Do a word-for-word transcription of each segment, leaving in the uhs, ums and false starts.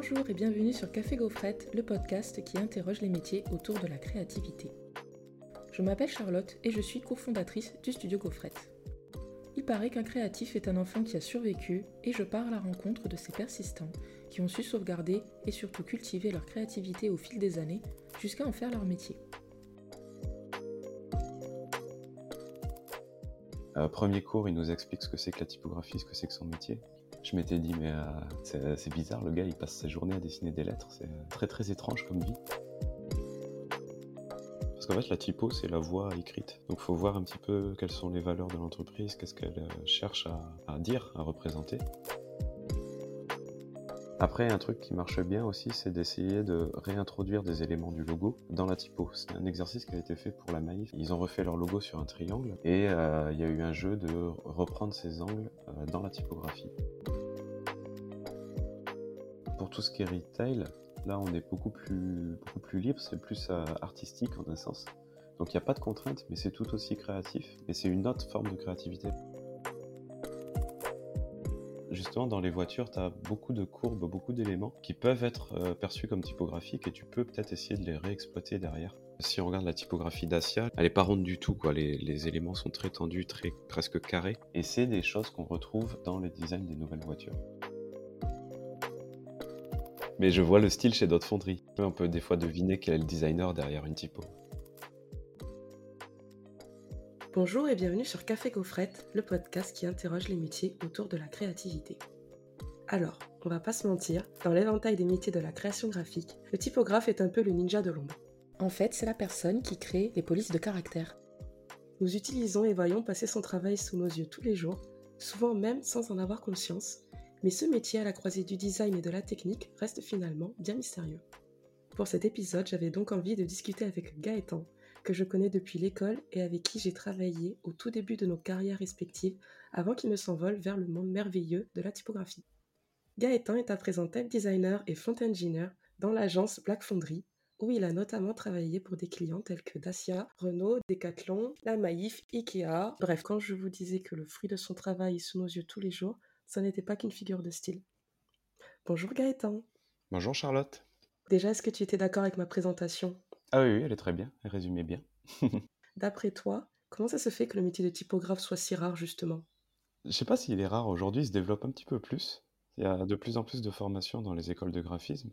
Bonjour et bienvenue sur Café Gaufrette, le podcast qui interroge les métiers autour de la créativité. Je m'appelle Charlotte et je suis cofondatrice du studio Gaufrette. Il paraît qu'un créatif est un enfant qui a survécu et je pars à la rencontre de ces persistants qui ont su sauvegarder et surtout cultiver leur créativité au fil des années jusqu'à en faire leur métier. Euh, premier cours, il nous explique ce que c'est que la typographie, ce que c'est que son métier. Je m'étais dit, mais euh, c'est, c'est bizarre, le gars, il passe sa journée à dessiner des lettres. C'est très très étrange comme vie. Parce qu'en fait, la typo, c'est la voix écrite. Donc il faut voir un petit peu quelles sont les valeurs de l'entreprise, qu'est-ce qu'elle euh, cherche à, à dire, à représenter. Après, un truc qui marche bien aussi, c'est d'essayer de réintroduire des éléments du logo dans la typo. C'est un exercice qui a été fait pour la Maïf. Ils ont refait leur logo sur un triangle et euh, il y a eu un jeu de reprendre ces angles euh, dans la typographie. Pour tout ce qui est retail, là on est beaucoup plus, beaucoup plus libre, c'est plus euh, artistique en un sens. Donc il n'y a pas de contraintes, mais c'est tout aussi créatif. Et c'est une autre forme de créativité. Justement, dans les voitures, tu as beaucoup de courbes, beaucoup d'éléments qui peuvent être euh, perçus comme typographiques et tu peux peut-être essayer de les réexploiter derrière. Si on regarde la typographie Dacia, elle est pas ronde du tout, quoi. Les, les éléments sont très tendus, très, presque carrés. Et c'est des choses qu'on retrouve dans les designs des nouvelles voitures. Mais je vois le style chez d'autres fonderies. On peut des fois deviner quel est le designer derrière une typo. Bonjour et bienvenue sur Café Gaufrette, le podcast qui interroge les métiers autour de la créativité. Alors, on va pas se mentir, dans l'éventail des métiers de la création graphique, le typographe est un peu le ninja de l'ombre. En fait, c'est la personne qui crée les polices de caractère. Nous utilisons et voyons passer son travail sous nos yeux tous les jours, souvent même sans en avoir conscience, mais ce métier à la croisée du design et de la technique reste finalement bien mystérieux. Pour cet épisode, j'avais donc envie de discuter avec Gaëtan, que je connais depuis l'école et avec qui j'ai travaillé au tout début de nos carrières respectives avant qu'il ne s'envole vers le monde merveilleux de la typographie. Gaëtan est à présent tech designer et front engineer dans l'agence Black Fondery, où il a notamment travaillé pour des clients tels que Dacia, Renault, Decathlon, la Maïf, Ikea. Bref, quand je vous disais que le fruit de son travail est sous nos yeux tous les jours, ça n'était pas qu'une figure de style. Bonjour Gaëtan. Bonjour Charlotte. Déjà, est-ce que tu étais d'accord avec ma présentation ? Ah oui, oui, elle est très bien, elle résumait bien. D'après toi, comment ça se fait que le métier de typographe soit si rare justement ? Je sais pas s'il est rare aujourd'hui, il se développe un petit peu plus. Il y a de plus en plus de formations dans les écoles de graphisme.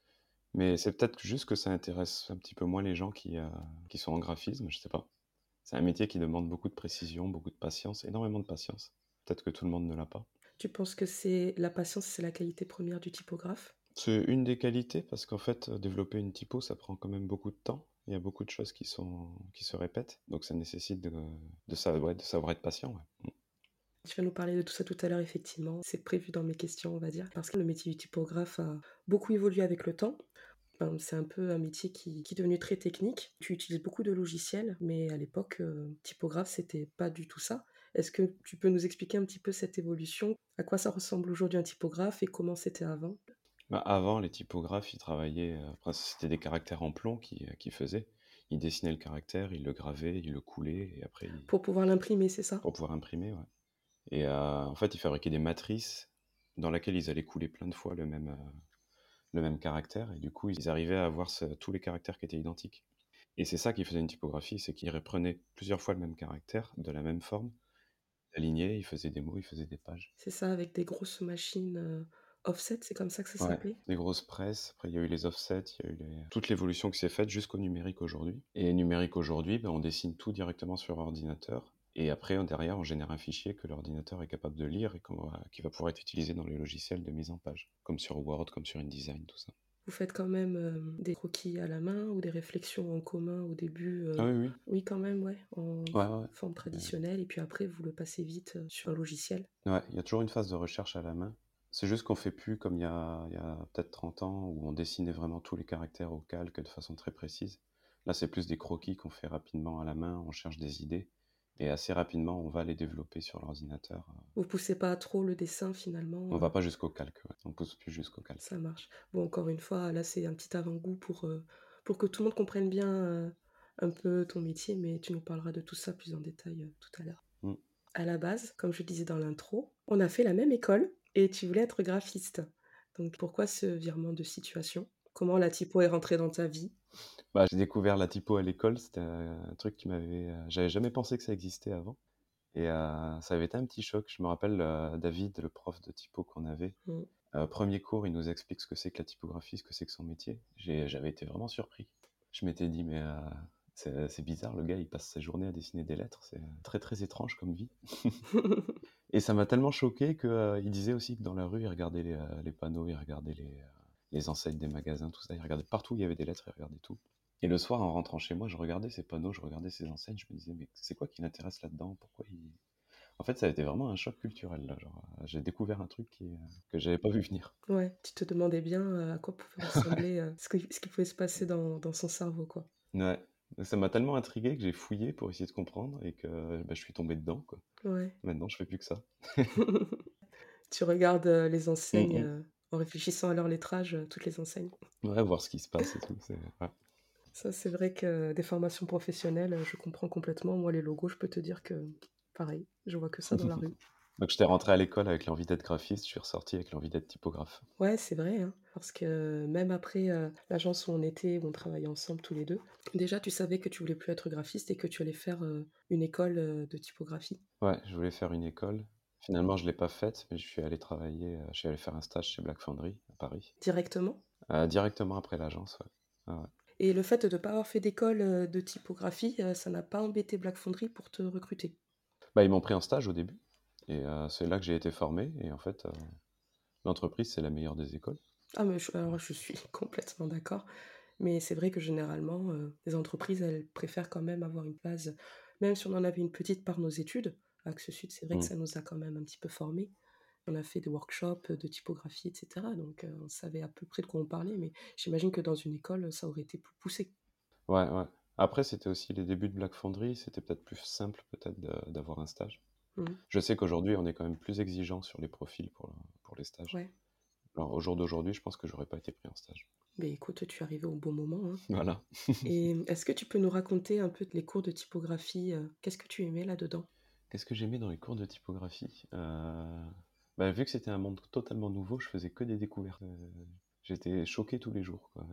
Mais c'est peut-être juste que ça intéresse un petit peu moins les gens qui, euh, qui sont en graphisme, je sais pas. C'est un métier qui demande beaucoup de précision, beaucoup de patience, énormément de patience. Peut-être que tout le monde ne l'a pas. Tu penses que c'est la patience, c'est la qualité première du typographe ? C'est une des qualités parce qu'en fait, euh, développer une typo, ça prend quand même beaucoup de temps. Il y a beaucoup de choses qui, sont, qui se répètent, donc ça nécessite de, de, savoir, ouais, de savoir être patient. Ouais. Tu vas nous parler de tout ça tout à l'heure, effectivement. C'est prévu dans mes questions, on va dire, parce que le métier du typographe a beaucoup évolué avec le temps. Enfin, c'est un peu un métier qui, qui est devenu très technique. Tu utilises beaucoup de logiciels, mais à l'époque, euh, typographe, c'était pas du tout ça. Est-ce que tu peux nous expliquer un petit peu cette évolution ? À quoi ça ressemble aujourd'hui un typographe et comment c'était avant ? Bah, avant, les typographes, ils travaillaient, euh, après, c'était des caractères en plomb qu'ils qu'ils faisaient. Ils dessinaient le caractère, ils le gravaient, ils le coulaient, et après, ils... Pour pouvoir l'imprimer, c'est ça ? pour pouvoir imprimer, ouais. Et euh, en fait, ils fabriquaient des matrices dans lesquelles ils allaient couler plein de fois le même, euh, le même caractère, et du coup, ils arrivaient à avoir ce- tous les caractères qui étaient identiques. Et c'est ça qui faisait une typographie, c'est qu'ils reprenaient plusieurs fois le même caractère, de la même forme, aligné, ils faisaient des mots, ils faisaient des pages. C'est ça, avec des grosses machines euh, offset, c'est comme ça que ça Ouais, s'appelait ? des grosses presses, après il y a eu les offsets, il y a eu les... toute l'évolution qui s'est faite jusqu'au numérique aujourd'hui. Et numérique aujourd'hui, ben, on dessine tout directement sur ordinateur, et après, derrière, on génère un fichier que l'ordinateur est capable de lire et qu'on va- qui va pouvoir être utilisé dans les logiciels de mise en page, comme sur Word, comme sur InDesign, tout ça. Vous faites quand même euh, des croquis à la main ou des réflexions en commun au début euh, Ah oui, oui. Oui, quand même, ouais, en Ouais, ouais. forme traditionnelle, et puis après, vous le passez vite euh, sur un logiciel. Ouais, il y a toujours une phase de recherche à la main. C'est juste qu'on fait plus comme il y a, il y a peut-être trente ans où on dessinait vraiment tous les caractères au calque de façon très précise. Là, c'est plus des croquis qu'on fait rapidement à la main, on cherche des idées et assez rapidement, on va les développer sur l'ordinateur. Vous poussez pas trop le dessin finalement, On va euh, pas jusqu'au calque, ouais. On pousse plus jusqu'au calque. ça marche. Bon, encore une fois, là, c'est un petit avant-goût pour, euh, pour que tout le monde comprenne bien euh, un peu ton métier, mais tu nous parleras de tout ça plus en détail euh, tout à l'heure. Mm. À la base, comme je disais dans l'intro, on a fait la même école et tu voulais être graphiste. Donc pourquoi ce virement de situation? Comment la typo est rentrée dans ta vie? Bah, j'ai découvert la typo à l'école, c'était un truc qui m'avait, heu j'avais jamais pensé que ça existait avant et heu, ça avait été un petit choc. Je me rappelle, heu, David, le prof de typo qu'on avait, Mmh. heu, premier cours, il nous explique ce que c'est que la typographie, ce que c'est que son métier. J'ai j'avais été vraiment surpris. Je m'étais dit: «Mais, heu, c'est c'est bizarre, le gars, il passe ses journées à dessiner des lettres, c'est très, très étrange comme vie». Et ça m'a tellement choqué que, heu, il disait aussi que dans la rue, il regardait les, heu, les panneaux, il regardait les, heu, les enseignes des magasins, tout ça, il regardait partout où il y avait des lettres, il regardait tout. Et le soir, en rentrant chez moi, je regardais ces panneaux, je regardais ces enseignes, je me disais: «Mais c'est quoi qui l'intéresse là-dedans? Pourquoi il...» En fait, ça a été vraiment un choc culturel, là, genre, heu, j'ai découvert un truc qui, heu, que j'avais pas vu venir. Ouais, tu te demandais bien, heu, à quoi pouvait ressembler, heu, ce qui ce qui pouvait se passer dans dans son cerveau, quoi. Ouais, ça m'a tellement intrigué que j'ai fouillé pour essayer de comprendre et que, bah, je suis tombé dedans, quoi. Ouais. Maintenant, je fais plus que ça. Tu regardes, heu, les Mmh enseignes, mh. heu, en réfléchissant à leur lettrage, heu, toutes les enseignes. Ouais, voir ce qui se passe et tout, c'est ouais. Ça, c'est vrai que des formations professionnelles, heu, je comprends complètement. Moi, les logos, je peux te dire que pareil, je vois que ça dans la rue. Donc j'étais rentré à l'école avec l'envie d'être graphiste, je suis ressorti avec l'envie d'être typographe. Ouais, c'est vrai, hein, parce que même après, heu, l'agence où on était, où on travaillait ensemble tous les deux, déjà tu savais que tu voulais plus être graphiste et que tu allais faire, heu, une école, heu, de typographie. Ouais, je voulais faire une école. Finalement, je l'ai pas faite, mais je suis allé travailler, heu, je suis allé faire un stage chez Black Foundry à Paris, Directement? heu, directement après l'agence, ouais. Ouais, ouais. Et le fait de ne pas avoir fait d'école, heu, de typographie, heu, ça n'a pas embêté Black Fonderie pour te recruter? Bah, ils m'ont pris en stage au début et heu, c'est là que j'ai été formé et en fait, heu, l'entreprise, c'est la meilleure des écoles. Ah mais je alors je suis complètement d'accord, mais c'est vrai que généralement, heu, les entreprises, elles préfèrent quand même avoir une base, même si on en avait une petite par nos études. Axe Sud, c'est vrai que Mmh. ça nous a quand même un petit peu formés. On a fait des workshops, de typographie et cetera, donc heu, on savait à peu près de quoi on parlait, mais j'imagine que dans une école, ça aurait été plus poussé. Ouais, ouais. Après, c'était aussi les débuts de Black Foundry, c'était peut-être plus simple peut-être de d'avoir un stage. Mmh. Je sais qu'aujourd'hui, on est quand même plus exigeant sur les profils pour, pour les stages. Ouais. Alors au jour d'aujourd'hui, je pense que j'aurais pas été pris en stage. Beh, écoute, tu es arrivé au bon moment, hein. Voilà. Et est-ce que tu peux nous raconter un peu les cours de typographie, heu, qu'est-ce que tu aimais là-dedans? Qu'est-ce que j'aimais dans les cours de typographie? Heu, bah, vu que c'était un monde totalement nouveau, je faisais que des découvertes, heu, j'étais choqué tous les jours, quoi.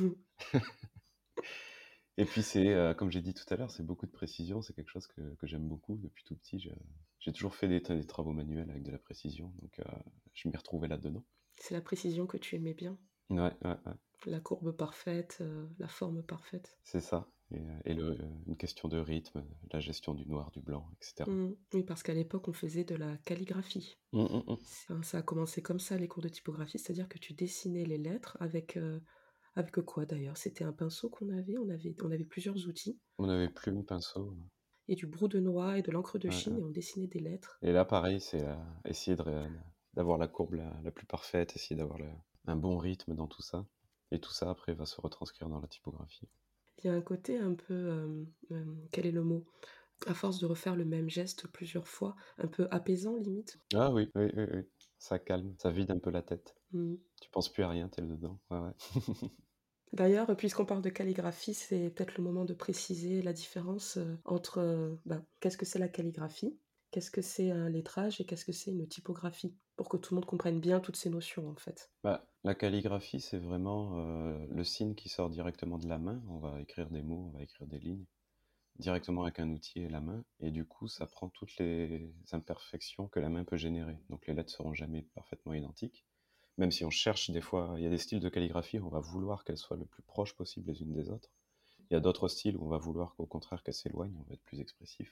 Et puis c'est, heu, comme j'ai dit tout à l'heure, c'est beaucoup de précision, c'est quelque chose que que j'aime beaucoup depuis tout petit. Je j'ai toujours fait des des travaux manuels avec de la précision, donc heu, je m'y retrouvais là-dedans. C'est la précision que tu aimais bien? Ouais, ouais, ouais, La courbe parfaite, heu, la forme parfaite? c'est ça et heu et le une question de rythme, la gestion du noir, du blanc et cetera. Mmh. Oui, parce qu'à l'époque, on faisait de la calligraphie. Mmh, mmh mh. Ça ça a commencé comme ça, les cours de typographie, c'est-à-dire que tu dessinais les lettres avec, heu, avec quoi d'ailleurs? C'était un pinceau qu'on avait? On avait on avait plusieurs outils On avait plume, pinceau, et du brou de noix et de l'encre de ouais, Chine ouais et on dessinait des lettres. et là pareil, c'est, heu, essayer de ré d'avoir la courbe la la plus parfaite, essayer d'avoir le un bon rythme dans tout ça et tout ça après va se retranscrire dans la typographie. Il y a un côté un peu, hem, hem, quel est le mot? À force de refaire le même geste plusieurs fois, un peu apaisant limite? Ah oui, oui, oui, oui, ça calme, ça vide un peu la tête. Mmh. Tu penses plus à rien, tu es dedans. Ouais, ouais. D'ailleurs, puisqu'on parle de calligraphie, c'est peut-être le moment de préciser la différence, heu, entre, heu, bah, qu'est-ce que c'est la calligraphie? Qu'est-ce que c'est un lettrage et qu'est-ce que c'est une typographie? Pour que tout le monde comprenne bien toutes ces notions, en fait. Bah, la calligraphie, c'est vraiment, heu, le signe qui sort directement de la main. On va écrire des mots, on va écrire des lignes directement avec un outil et la main et du coup, ça prend toutes les imperfections que la main peut générer. Donc les lettres seront jamais parfaitement identiques. Même si on cherche des fois, il y a des styles de calligraphie, on va vouloir qu'elles soient le plus proches possible les unes des autres. Il y a d'autres styles où on va vouloir qu'au contraire qu'elles s'éloignent, on va être plus expressif.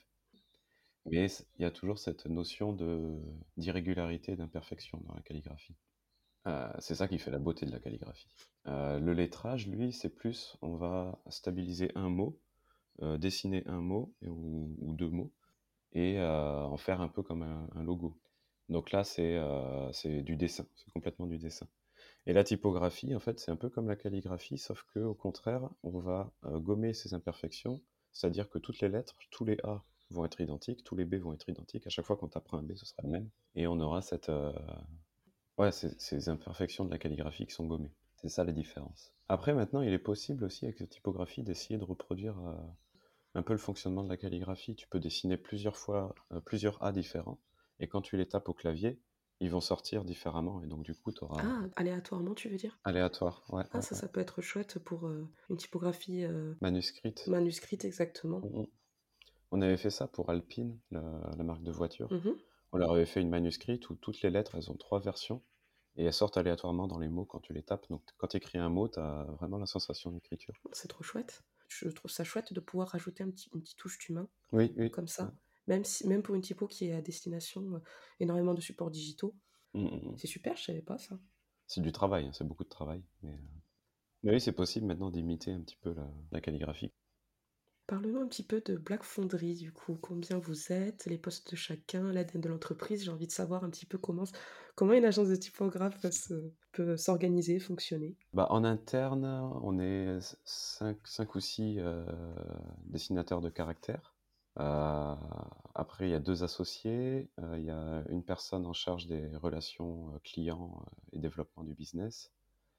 Mais c il y a toujours cette notion de d'irrégularité, d'imperfection dans la calligraphie. Heu, c'est ça qui fait la beauté de la calligraphie. Heu, le lettrage, lui, c'est plus on va stabiliser un mot, heu, dessiner un mot et ou ou deux mots et heu, en faire un peu comme un un logo. Donc là, c'est, heu, c'est du dessin, c'est complètement du dessin. Et la typographie, en fait, c'est un peu comme la calligraphie, sauf que au contraire, on va, heu, gommer ces imperfections. C'est-à-dire que toutes les lettres, tous les A vont être identiques, tous les B vont être identiques. À chaque fois qu'on tapera un B, ce sera le même et on aura cette, heu, ouais, ces ces imperfections de la calligraphie qui sont gommées. C'est ça la différence. Après maintenant, il est possible aussi avec la typographie d'essayer de reproduire, heu, un peu le fonctionnement de la calligraphie. Tu peux dessiner plusieurs fois, heu, plusieurs A différents et quand tu les tapes au clavier, ils vont sortir différemment et donc du coup, tu auras Ah, aléatoirement, tu veux dire? aléatoire, ouais, Ah, ouais, ça, ouais. ça peut être chouette pour, heu, une typographie, heu, Manuscrite. manuscrite exactement. Mmh mh. On avait fait ça pour Alpine, le la marque de voiture. Mmh. On leur avait fait une manuscrite où toutes les lettres, elles ont trois versions et elles sortent aléatoirement dans les mots quand tu les tapes. Donc quand tu écris un mot, tu as vraiment la sensation d'écriture. C'est trop chouette. Je trouve ça chouette de pouvoir rajouter un petit une petite touche d'humain Oui, oui, comme ouais. ça, même si même pour une typo qui est à destination, heu, énormément de supports digitaux. Mmh mh mh. C'est super, je savais pas ça. C'est du travail, hein, c'est beaucoup de travail, mais heu, mais oui, c'est possible maintenant d'imiter un petit peu la la calligraphie. Parle-nous un petit peu de Black Fondery du coup. Combien vous êtes? Les postes de chacun? L'A D N de l'entreprise? J'ai envie de savoir un petit peu comment s comment une agence de typographe peut se peut s'organiser, fonctionner? Bah, en interne, on est c cinq 5 ou six heu, dessinateurs de caractères. Heu, Après il y a deux associés, heu, il y a une personne en charge des relations, heu, clients, heu, et développement du business.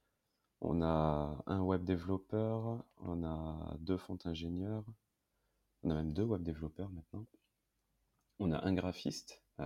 On a un web développeur, on a deux front ingénieurs, on a même deux web développeurs maintenant. On a un graphiste, heu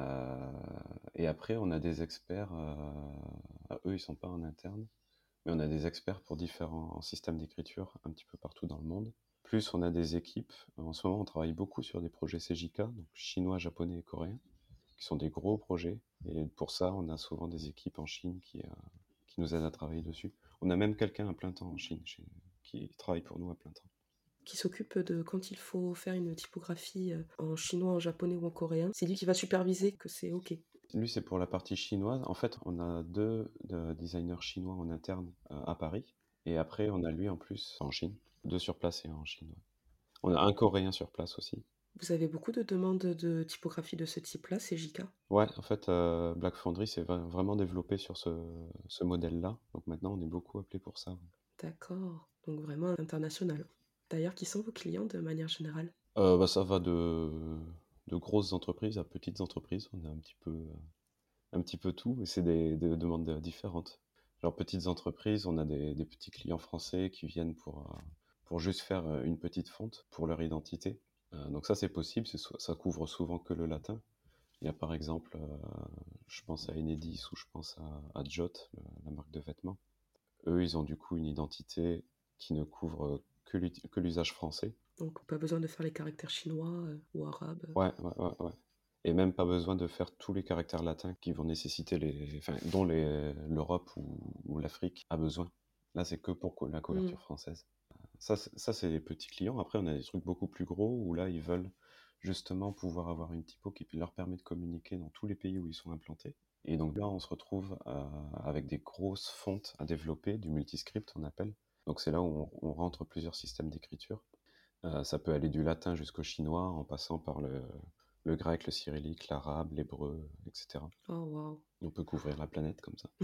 et après on a des experts, heu, ah, eux ils sont pas en interne, mais on a des experts pour différents systèmes d'écriture un petit peu partout dans le monde. Plus on a des équipes, en ce moment on travaille beaucoup sur des projets C J K, donc chinois, japonais et coréens, qui sont des gros projets et pour ça on a souvent des équipes en Chine qui, heu, qui nous aident à travailler dessus. On a même quelqu'un à plein temps en Chine chez qui travaille pour nous à plein temps. Qui s'occupe de quand il faut faire une typographie, heu, en chinois, en japonais ou en coréen, c'est lui qui va superviser que c'est OK. Lui, c'est pour la partie chinoise. En fait, on a deux de designers chinois en interne, heu, à Paris et après on a lui en plus en Chine. deux sur place et un en Chine, ouais. On a un coréen sur place aussi. Vous avez beaucoup de demandes de typographie de ce type-là, c'est J K? Ouais, en fait, heu, Black Fondery s'est vra vraiment développé sur ce ce modèle-là, donc maintenant on est beaucoup appelés pour ça, ouais. D'accord, donc vraiment international. D'ailleurs, qui sont vos clients de manière générale? Heu, bah, ça va de de grosses entreprises à petites entreprises. On a un petit peu, heu, un petit peu tout et c'est des des demandes, heu, différentes. Genre petites entreprises, on a des des petits clients français qui viennent pour, heu, pour juste faire, heu, une petite fonte pour leur identité. Heu, donc ça, c'est possible, c'est sou ça couvre souvent que le latin. Il y a par exemple, heu, je pense à Enedis ou je pense à à Jot, le la marque de vêtements. Eux, ils ont du coup une identité qui ne couvre que l'ut que l'usage français. Donc pas besoin de faire les caractères chinois, heu, ou arabes, heu. Ouais, ouais, ouais, ouais et même pas besoin de faire tous les caractères latins qui vont nécessiter les enfin, dont les l'Europe ou ou l'Afrique a besoin. Là, c'est que pour co la Mmh. couverture française. Ça, c'est ça, c'est les petits clients. Après, on a des trucs beaucoup plus gros où là, ils veulent justement pouvoir avoir une typo qui leur permet de communiquer dans tous les pays où ils sont implantés et donc là, on se retrouve, heu, avec des grosses fontes à développer, du multiscript, on appelle. Donc c'est là où on on rentre plusieurs systèmes d'écriture. Heu, ça peut aller du latin jusqu'au chinois en passant par le le grec, le cyrillique, l'arabe, l'hébreu, et cetera. Oh waouh! On peut couvrir la planète comme ça.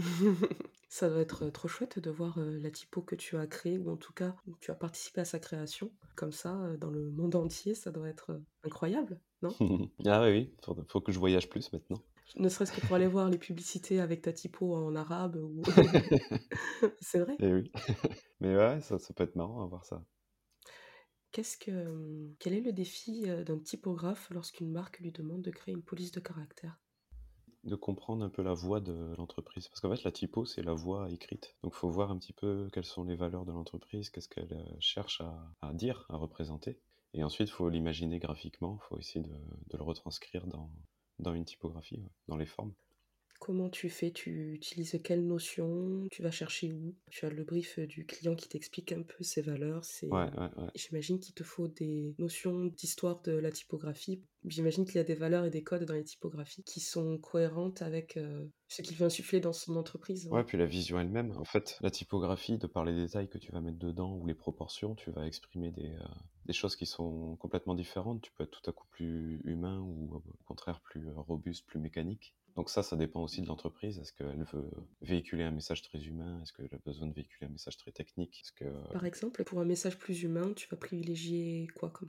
Ça doit être, heu, trop chouette de voir, heu, la typo que tu as créée ou en tout cas, où tu as participé à sa création. Comme ça, heu, dans le monde entier, ça doit être, heu, incroyable, non? Ah oui, oui, faut faut que je voyage plus maintenant. Ne serait-ce que pour aller voir les publicités avec ta typo en arabe ou c'est vrai. Et oui. Mais ouais, ça ça peut être marrant à voir ça. Qu'est-ce que, hem, quel est le défi, heu, d'un typographe lorsqu'une marque lui demande de créer une police de caractère? De comprendre un peu la voix de l'entreprise. Parce qu'en fait, la typo, c'est la voix écrite. Donc faut voir un petit peu quelles sont les valeurs de l'entreprise, qu'est-ce qu'elle, heu, cherche à à dire, à représenter et ensuite, faut l'imaginer graphiquement, faut essayer de de le retranscrire dans dans une typographie, ouais, dans les formes. Comment tu fais? Tu utilises quelles notions? Tu vas chercher où? Tu as le brief, heu, du client qui t'explique un peu ses valeurs, ses, Ouais, heu ouais, ouais. j'imagine qu'il te faut des notions d'histoire de la typographie. J'imagine qu'il y a des valeurs et des codes dans les typographies qui sont cohérentes avec, heu, ce qu'il veut insuffler dans son entreprise, Ouais, ouais. puis la vision elle-même, en fait, la typographie, de par les détails que tu vas mettre dedans ou les proportions, tu vas exprimer des, heu, des choses qui sont complètement différentes. Tu peux être tout à coup plus humain ou au contraire plus, heu, robuste, plus mécanique. Donc ça, ça dépend aussi de l'entreprise. Est-ce qu'elle veut véhiculer un message très humain? Est-ce qu'elle a besoin de véhiculer un message très technique? Est-ce que Par exemple, pour un message plus humain, tu vas privilégier quoi comme typo?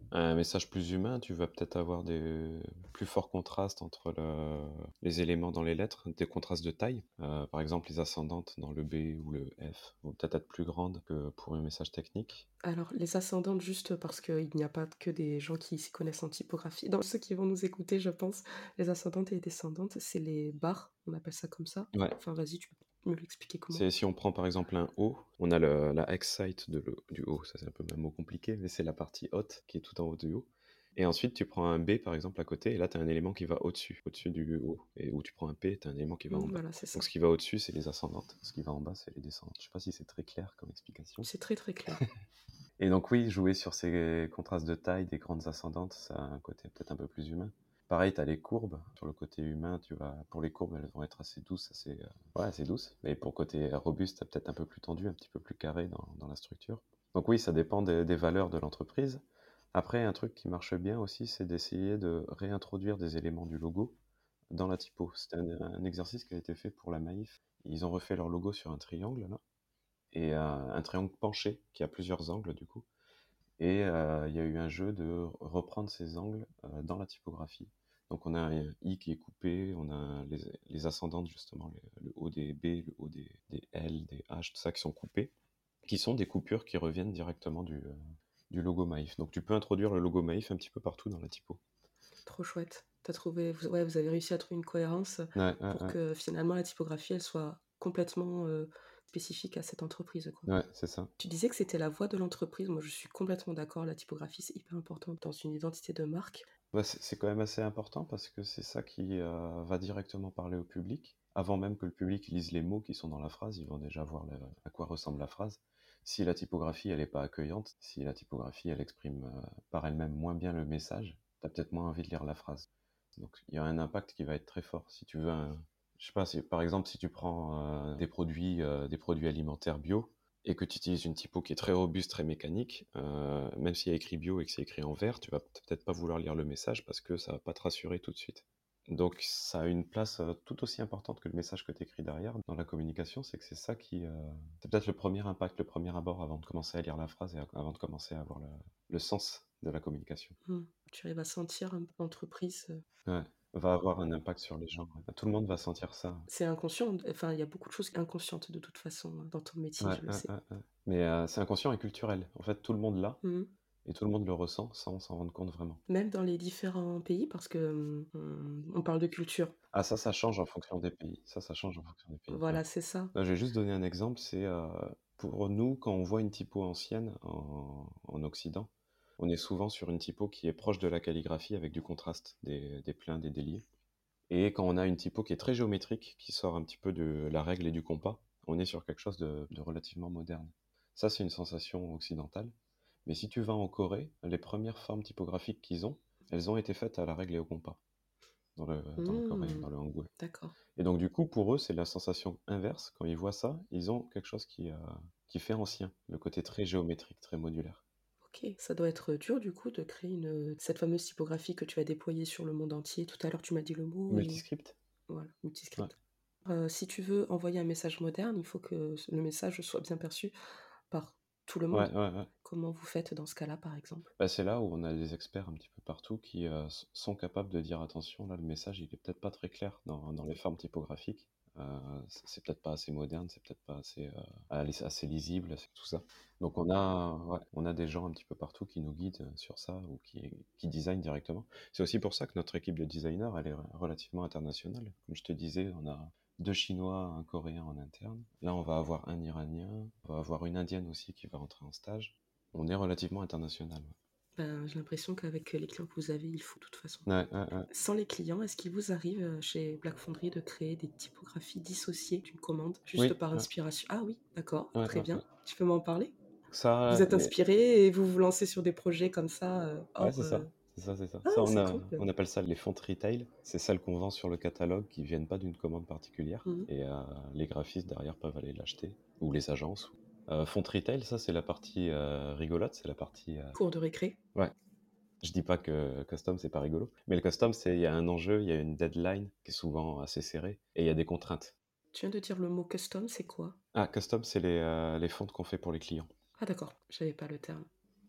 Un message plus humain, tu vas peut-être avoir des plus forts contrastes entre le les éléments dans les lettres, des contrastes de taille. Heu, par exemple, les ascendantes dans le B ou le F vont peut-être être plus grandes que pour un message technique. Alors, les ascendantes, juste parce qu'il n'y a pas que des gens qui s'y connaissent en typographie. Dans ceux qui vont nous écouter, je pense, les ascendantes et les descendantes, c'est les barres, on appelle ça comme ça. Ouais, Enfin, vas-y, tu peux me l'expliquer comment? c'est si on prend par exemple un O, on a le la X-site de le du haut, ça c'est un peu un mot compliqué, mais c'est la partie haute qui est tout en haut du haut. Et ensuite tu prends un B par exemple à côté et là tu as un élément qui va au-dessus, au-dessus du haut. Et où tu prends un P, tu as un élément qui va en Mmh, bas. voilà, c'est Donc ça. ce qui va au-dessus, c'est les ascendantes, ce qui va en bas, c'est les descendantes. Je sais pas si c'est très clair comme explication. C'est très, très clair. Et donc oui, jouer sur ces contrastes de taille des grandes ascendantes, ça a un côté peut-être un peu plus humain. Pareil, tu as les courbes. Sur le côté humain, tu vas pour les courbes, elles vont être assez douces, assez euh, ouais, assez douces. Mais pour le côté robuste, peut-être un peu plus tendu, un petit peu plus carré dans, dans la structure. Donc oui, ça dépend des, des valeurs de l'entreprise. Après, un truc qui marche bien aussi, c'est d'essayer de réintroduire des éléments du logo dans la typo. C'était un, un exercice qui a été fait pour la Maïf. Ils ont refait leur logo sur un triangle là, et euh, un triangle penché qui a plusieurs angles du coup. Et euh, il y a eu un jeu de reprendre ces angles euh, dans la typographie. Donc on a un I qui est coupé, on a les, les ascendantes justement, le, le haut des B, le haut des, des L, des H, tout ça qui sont coupés, qui sont des coupures qui reviennent directement du, euh, du logo Maïf. Donc tu peux introduire le logo Maïf un petit peu partout dans la typo. Trop chouette. T'as trouvé, vous, ouais, vous avez réussi à trouver une cohérence Ouais, ouais, pour ouais, que finalement la typographie, elle soit complètement euh, spécifique à cette entreprise, quoi. ouais, c'est ça. Tu disais que c'était la voix de l'entreprise. Moi, je suis complètement d'accord. La typographie, c'est hyper important dans une identité de marque. Bah, c'est c'est quand même assez important parce que c'est ça qui euh, va directement parler au public. Avant même que le public lise les mots qui sont dans la phrase, ils vont déjà voir le- à quoi ressemble la phrase. Si la typographie elle est pas accueillante, si la typographie elle exprime euh, par elle-même moins bien le message, t'as peut-être moins envie de lire la phrase. Donc il y a un impact qui va être très fort. Si tu veux un, je sais pas, si, par exemple si tu prends euh, des produits, euh, des produits alimentaires bio, et que tu utilises une typo qui est très robuste, très mécanique, euh, même s'il y a écrit bio et que c'est écrit en vert, tu vas peut-être pas vouloir lire le message parce que ça va pas te rassurer tout de suite. Donc ça a une place euh, tout aussi importante que le message que tu écris derrière dans la communication, c'est que c'est ça qui... euh, c'est peut-être le premier impact, le premier abord avant de commencer à lire la phrase et à- avant de commencer à avoir le, le sens de la communication. Hmm. Tu arrives à sentir un peu l'entreprise. euh, Ouais, va avoir un impact sur les gens. Ouais. Tout le monde va sentir ça. C'est inconscient. Enfin, il y a beaucoup de choses inconscientes de toute façon hein, dans ton métier, Ouais, je le ouais, sais. ouais, ouais. Mais euh, c'est inconscient et culturel. En fait, tout le monde l'a Mhm. et tout le monde le ressent sans s'en rendre compte vraiment. Même dans les différents pays, parce que hum, on parle de culture. Ah ça, ça change en fonction des pays. Ça, ça change en fonction des pays, ouais. Voilà, c'est ça. Là, je vais juste donner un exemple, c'est euh, pour nous, quand on voit une typo ancienne en, en Occident, on est souvent sur une typo qui est proche de la calligraphie avec du contraste, des, des pleins, des déliés. Et quand on a une typo qui est très géométrique, qui sort un petit peu de la règle et du compas, on est sur quelque chose de, de relativement moderne. Ça, c'est une sensation occidentale. Mais si tu vas en Corée, les premières formes typographiques qu'ils ont, elles ont été faites à la règle et au compas, dans le, dans le coréen, Hmm, dans le hangul. d'accord. Et donc du coup, pour eux, c'est la sensation inverse. Quand ils voient ça, ils ont quelque chose qui, euh, qui fait ancien, le côté très géométrique, très modulaire. Ok. Ça doit être dur du coup de créer une, cette fameuse typographie que tu vas déployer sur le monde entier. Tout à l'heure, tu m'as dit le mot et Multiscript. voilà, Ouais. multiscript. Euh, si tu veux envoyer un message moderne, il faut que le message soit bien perçu par tout le Ouais, monde. ouais, ouais. Comment vous faites dans ce cas-là, par exemple? Bah, c'est là où on a des experts un petit peu partout qui euh, s- sont capables de dire attention, là, le message, il est peut-être pas très clair dans, dans les formes typographiques. Euh, c'est c'est peut-être pas assez moderne, c'est peut-être pas assez, euh, allez, assez lisible, c'est tout ça. Donc on a, ouais, on a des gens un petit peu partout qui nous guident euh, sur ça ou qui, qui designent directement. C'est aussi pour ça que notre équipe de designers, elle est relativement internationale. Comme je te disais, on a deux Chinois, un Coréen en interne. Là, on va avoir un Iranien, on va avoir une Indienne aussi qui va rentrer en stage. On est relativement international. Ouais. Ben, j'ai l'impression qu'avec les clients que vous avez, il faut de toute façon. Ouais, ouais, ouais. Sans les clients, est-ce qu'il vous arrive euh, chez Black Fondery de créer des typographies dissociées d'une commande, juste Oui, par ouais, inspiration? Ah oui, d'accord, ouais, très ouais, bien. ouais. Tu peux m'en parler? Vous Ça, êtes mais inspiré et vous vous lancez sur des projets comme ça, euh, ouais, hors... c'est euh, ça, c'est ça, c'est ça. Ah, Ça, on c'est a, cool. on appelle ça les fontes retail. C'est celles qu'on vend sur le catalogue qui viennent pas d'une commande particulière. Mhm. Et euh, les graphistes derrière peuvent aller l'acheter ou les agences. Euh, fonte retail, ça c'est la partie euh, rigolote, c'est la partie. euh, Cours de récré. Ouais. Je dis pas que custom c'est pas rigolo, mais le custom c'est il y a un enjeu, il y a une deadline qui est souvent assez serrée et il y a des contraintes. Tu viens de dire le mot custom, c'est quoi? Ah, custom c'est les, euh, les fontes qu'on fait pour les clients. Ah d'accord, j'avais pas le terme.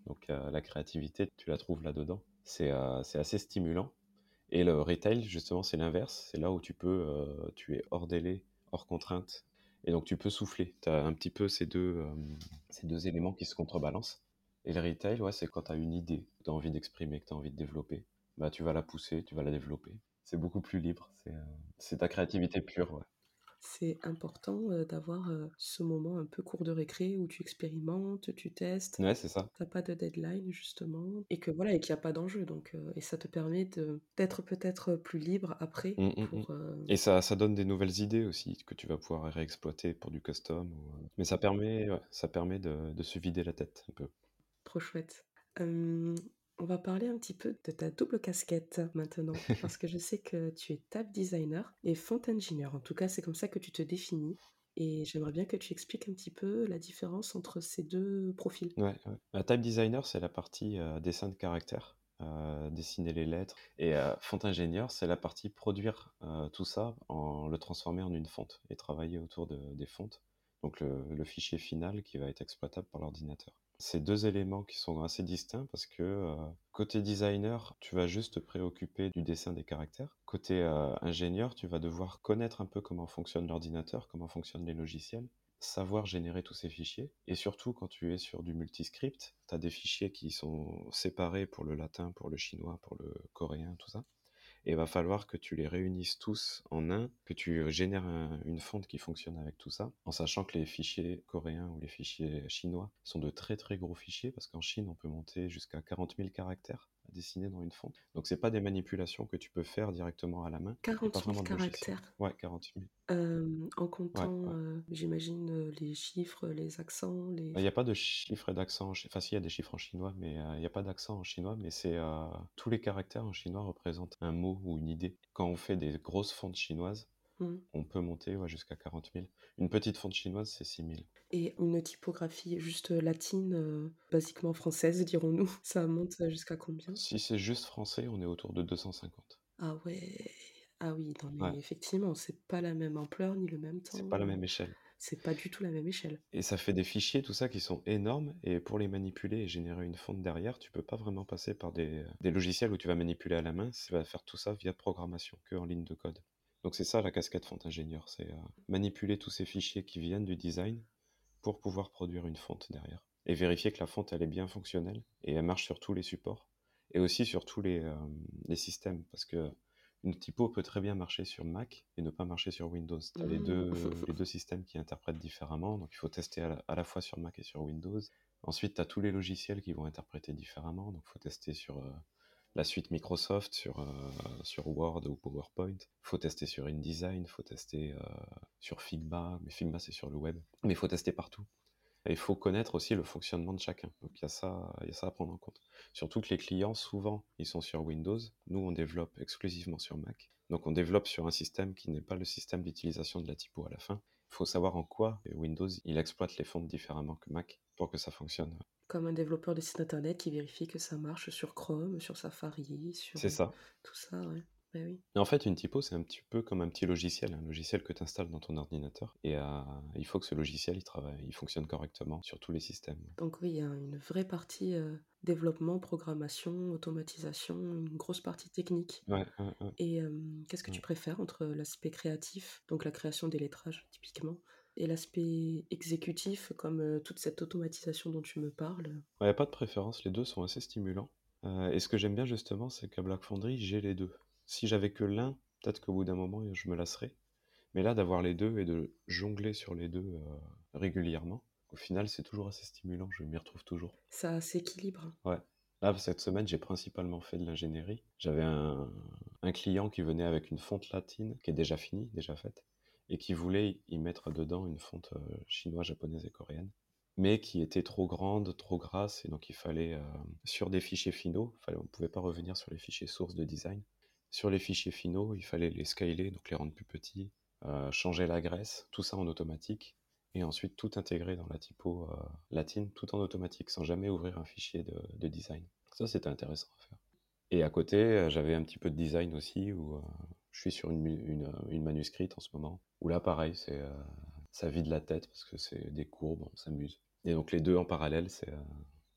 Donc euh, la créativité, tu la trouves là-dedans. C'est euh, c'est assez stimulant. Et le retail, justement, c'est l'inverse. C'est là où tu peux, euh, tu es hors délai, hors contrainte. Et donc tu peux souffler. Tu as un petit peu ces deux, euh, ces deux éléments qui se contrebalancent. Et le retail, ouais, c'est quand tu as une idée que tu as envie d'exprimer, que tu as envie de développer. Bah, tu vas la pousser, tu vas la développer. C'est beaucoup plus libre. C'est euh, c'est ta créativité pure, ouais. C'est important, heu, d'avoir, heu, ce moment un peu cours de récré où tu expérimentes, tu testes, Ouais, c'est ça. tu pas de deadline justement et que voilà et qu'il y a pas d'enjeu donc heu et ça te permet de d'être peut-être, plus libre après Mmh, mmh, mmh. pour, heu Et ça ça donne des nouvelles idées aussi que tu vas pouvoir réexploiter pour du custom ou, heu mais ça permet, ouais, ça permet de de se vider la tête un peu. trop chouette. Hem, on va parler un petit peu de ta double casquette maintenant, parce que je sais que tu es tab designer et font engineer. En tout cas, c'est comme ça que tu te définis et j'aimerais bien que tu expliques un petit peu la différence entre ces deux profils. Ouais, ouais. Bah, type designer, c'est la partie, heu, dessin de caractères, heu, dessiner les lettres et heu, font ingénieur, c'est la partie produire, heu, tout ça, en le transformer en une fonte et travailler autour de des fontes, donc le le fichier final qui va être exploitable par l'ordinateur. C'est deux éléments qui sont assez distincts parce que, heu, côté designer, tu vas juste te préoccuper du dessin des caractères. Côté, heu, ingénieur, tu vas devoir connaître un peu comment fonctionne l'ordinateur, comment fonctionnent les logiciels, savoir générer tous ces fichiers. Et surtout, quand tu es sur du multiscript, tu as des fichiers qui sont séparés pour le latin, pour le chinois, pour le coréen, tout ça. Et il va falloir que tu les réunisses tous en un, que tu génères un- une fonte qui fonctionne avec tout ça, en sachant que les fichiers coréens ou les fichiers chinois sont de très très gros fichiers, parce qu'en Chine, on peut monter jusqu'à quarante mille caractères à dessiner dans une fonte. Donc c'est pas des manipulations que tu peux faire directement à la main. Il n'y a pas quarante mille vraiment de logiciel. caractères, Ouais, quarante mille. hem, en Ouais, comptant, ouais. heu, j'imagine, heu, les chiffres, les accents, les Il n'y a pas de chiffre et d'accent en chi enfin si, il y a des chiffres en chinois, mais heu, il n'y a pas d'accent en chinois, mais c'est, heu, tous les caractères en chinois représentent un mot ou une idée. Quand on fait des grosses fontes chinoises, mmh on peut monter, ouais, jusqu'à quarante mille. Une petite fonte chinoise, c'est six mille. et une typographie juste, latine, heu, basiquement française dirons-nous, ça monte jusqu'à combien? Si c'est juste français, on est autour de deux cent cinquante. Ah ouais! Ah oui, non Ouais, mais effectivement, c'est pas la même ampleur ni le même c'est pas la temps, heu, même échelle c'est pas du tout la même échelle. et ça fait des fichiers, tout ça, qui sont énormes et pour les manipuler et générer une fonte derrière, tu peux pas vraiment passer par des, heu, des logiciels où tu vas manipuler à la main, ça va faire tout ça via programmation, que en ligne de code. Donc c'est ça la casquette fonte ingénieur, c'est, heu, manipuler tous ces fichiers qui viennent du design pour pouvoir produire une fonte derrière. Et vérifier que la fonte, elle est bien fonctionnelle et elle marche sur tous les supports et aussi sur tous les, euh, les systèmes. Parce que une typo peut très bien marcher sur Mac et ne pas marcher sur Windows. Tu as les Mmh. deux, les deux systèmes qui interprètent différemment, donc il faut tester à la, à la fois sur Mac et sur Windows. Ensuite, tu as tous les logiciels qui vont interpréter différemment, donc il faut tester sur euh, la suite Microsoft, sur, euh, sur Word ou PowerPoint. Il faut tester sur InDesign, il faut tester euh, sur Figma, mais Figma c'est sur le web. Mais il faut tester partout. Et il faut connaître aussi le fonctionnement de chacun. Donc il y a ça, il y a ça à prendre en compte. Surtout que les clients, souvent, ils sont sur Windows. Nous, on développe exclusivement sur Mac. Donc on développe sur un système qui n'est pas le système d'utilisation de la typo à la fin. Il faut savoir en quoi Windows, il exploite les fontes différemment que Mac pour que ça fonctionne. Comme un développeur de site internet qui vérifie que ça marche sur Chrome, sur Safari, sur, C'est heu, ça. tout ça, ouais. Bah oui. Et en fait, une typo, c'est un petit peu comme un petit logiciel, un logiciel que tu installes dans ton ordinateur. Et euh, il faut que ce logiciel, il travaille, il fonctionne correctement sur tous les systèmes. Donc oui, il y a une vraie partie, heu, développement, programmation, automatisation, une grosse partie technique. Ouais, ouais, ouais, Et hem, qu'est-ce que tu ouais. préfères entre l'aspect créatif, donc la création des lettrages typiquement, et l'aspect exécutif comme, heu, toute cette automatisation dont tu me parles? Il n'y a pas de préférence, les deux sont assez stimulants. Euh, et ce que j'aime bien justement, c'est qu'à Black Foundry, j'ai les deux. Si j'avais que l'un, peut-être qu'au bout d'un moment, je me lasserais. Mais là, d'avoir les deux et de jongler sur les deux euh, régulièrement, au final, c'est toujours assez stimulant, je m'y retrouve toujours. Ça s'équilibre. Ouais. Là, cette semaine, j'ai principalement fait de l'ingénierie. J'avais un, un client qui venait avec une fonte latine, qui est déjà finie, déjà faite, et qui voulait y mettre dedans une fonte euh, chinoise, japonaise et coréenne, mais qui était trop grande, trop grasse, et donc il fallait, euh, sur des fichiers finaux, fallait, on ne pouvait pas revenir sur les fichiers sources de design. Sur les fichiers finaux, il fallait les scaler, donc les rendre plus petits, euh, changer la graisse, tout ça en automatique, et ensuite tout intégrer dans la typo euh, latine, tout en automatique, sans jamais ouvrir un fichier de, de design. Ça, c'était intéressant à faire. Et à côté, euh, j'avais un petit peu de design aussi, où euh, je suis sur une, une, une manuscrite en ce moment, où là, pareil, c'est, euh, ça vide la tête, parce que c'est des courbes, on s'amuse. Et donc les deux en parallèle, c'est, euh,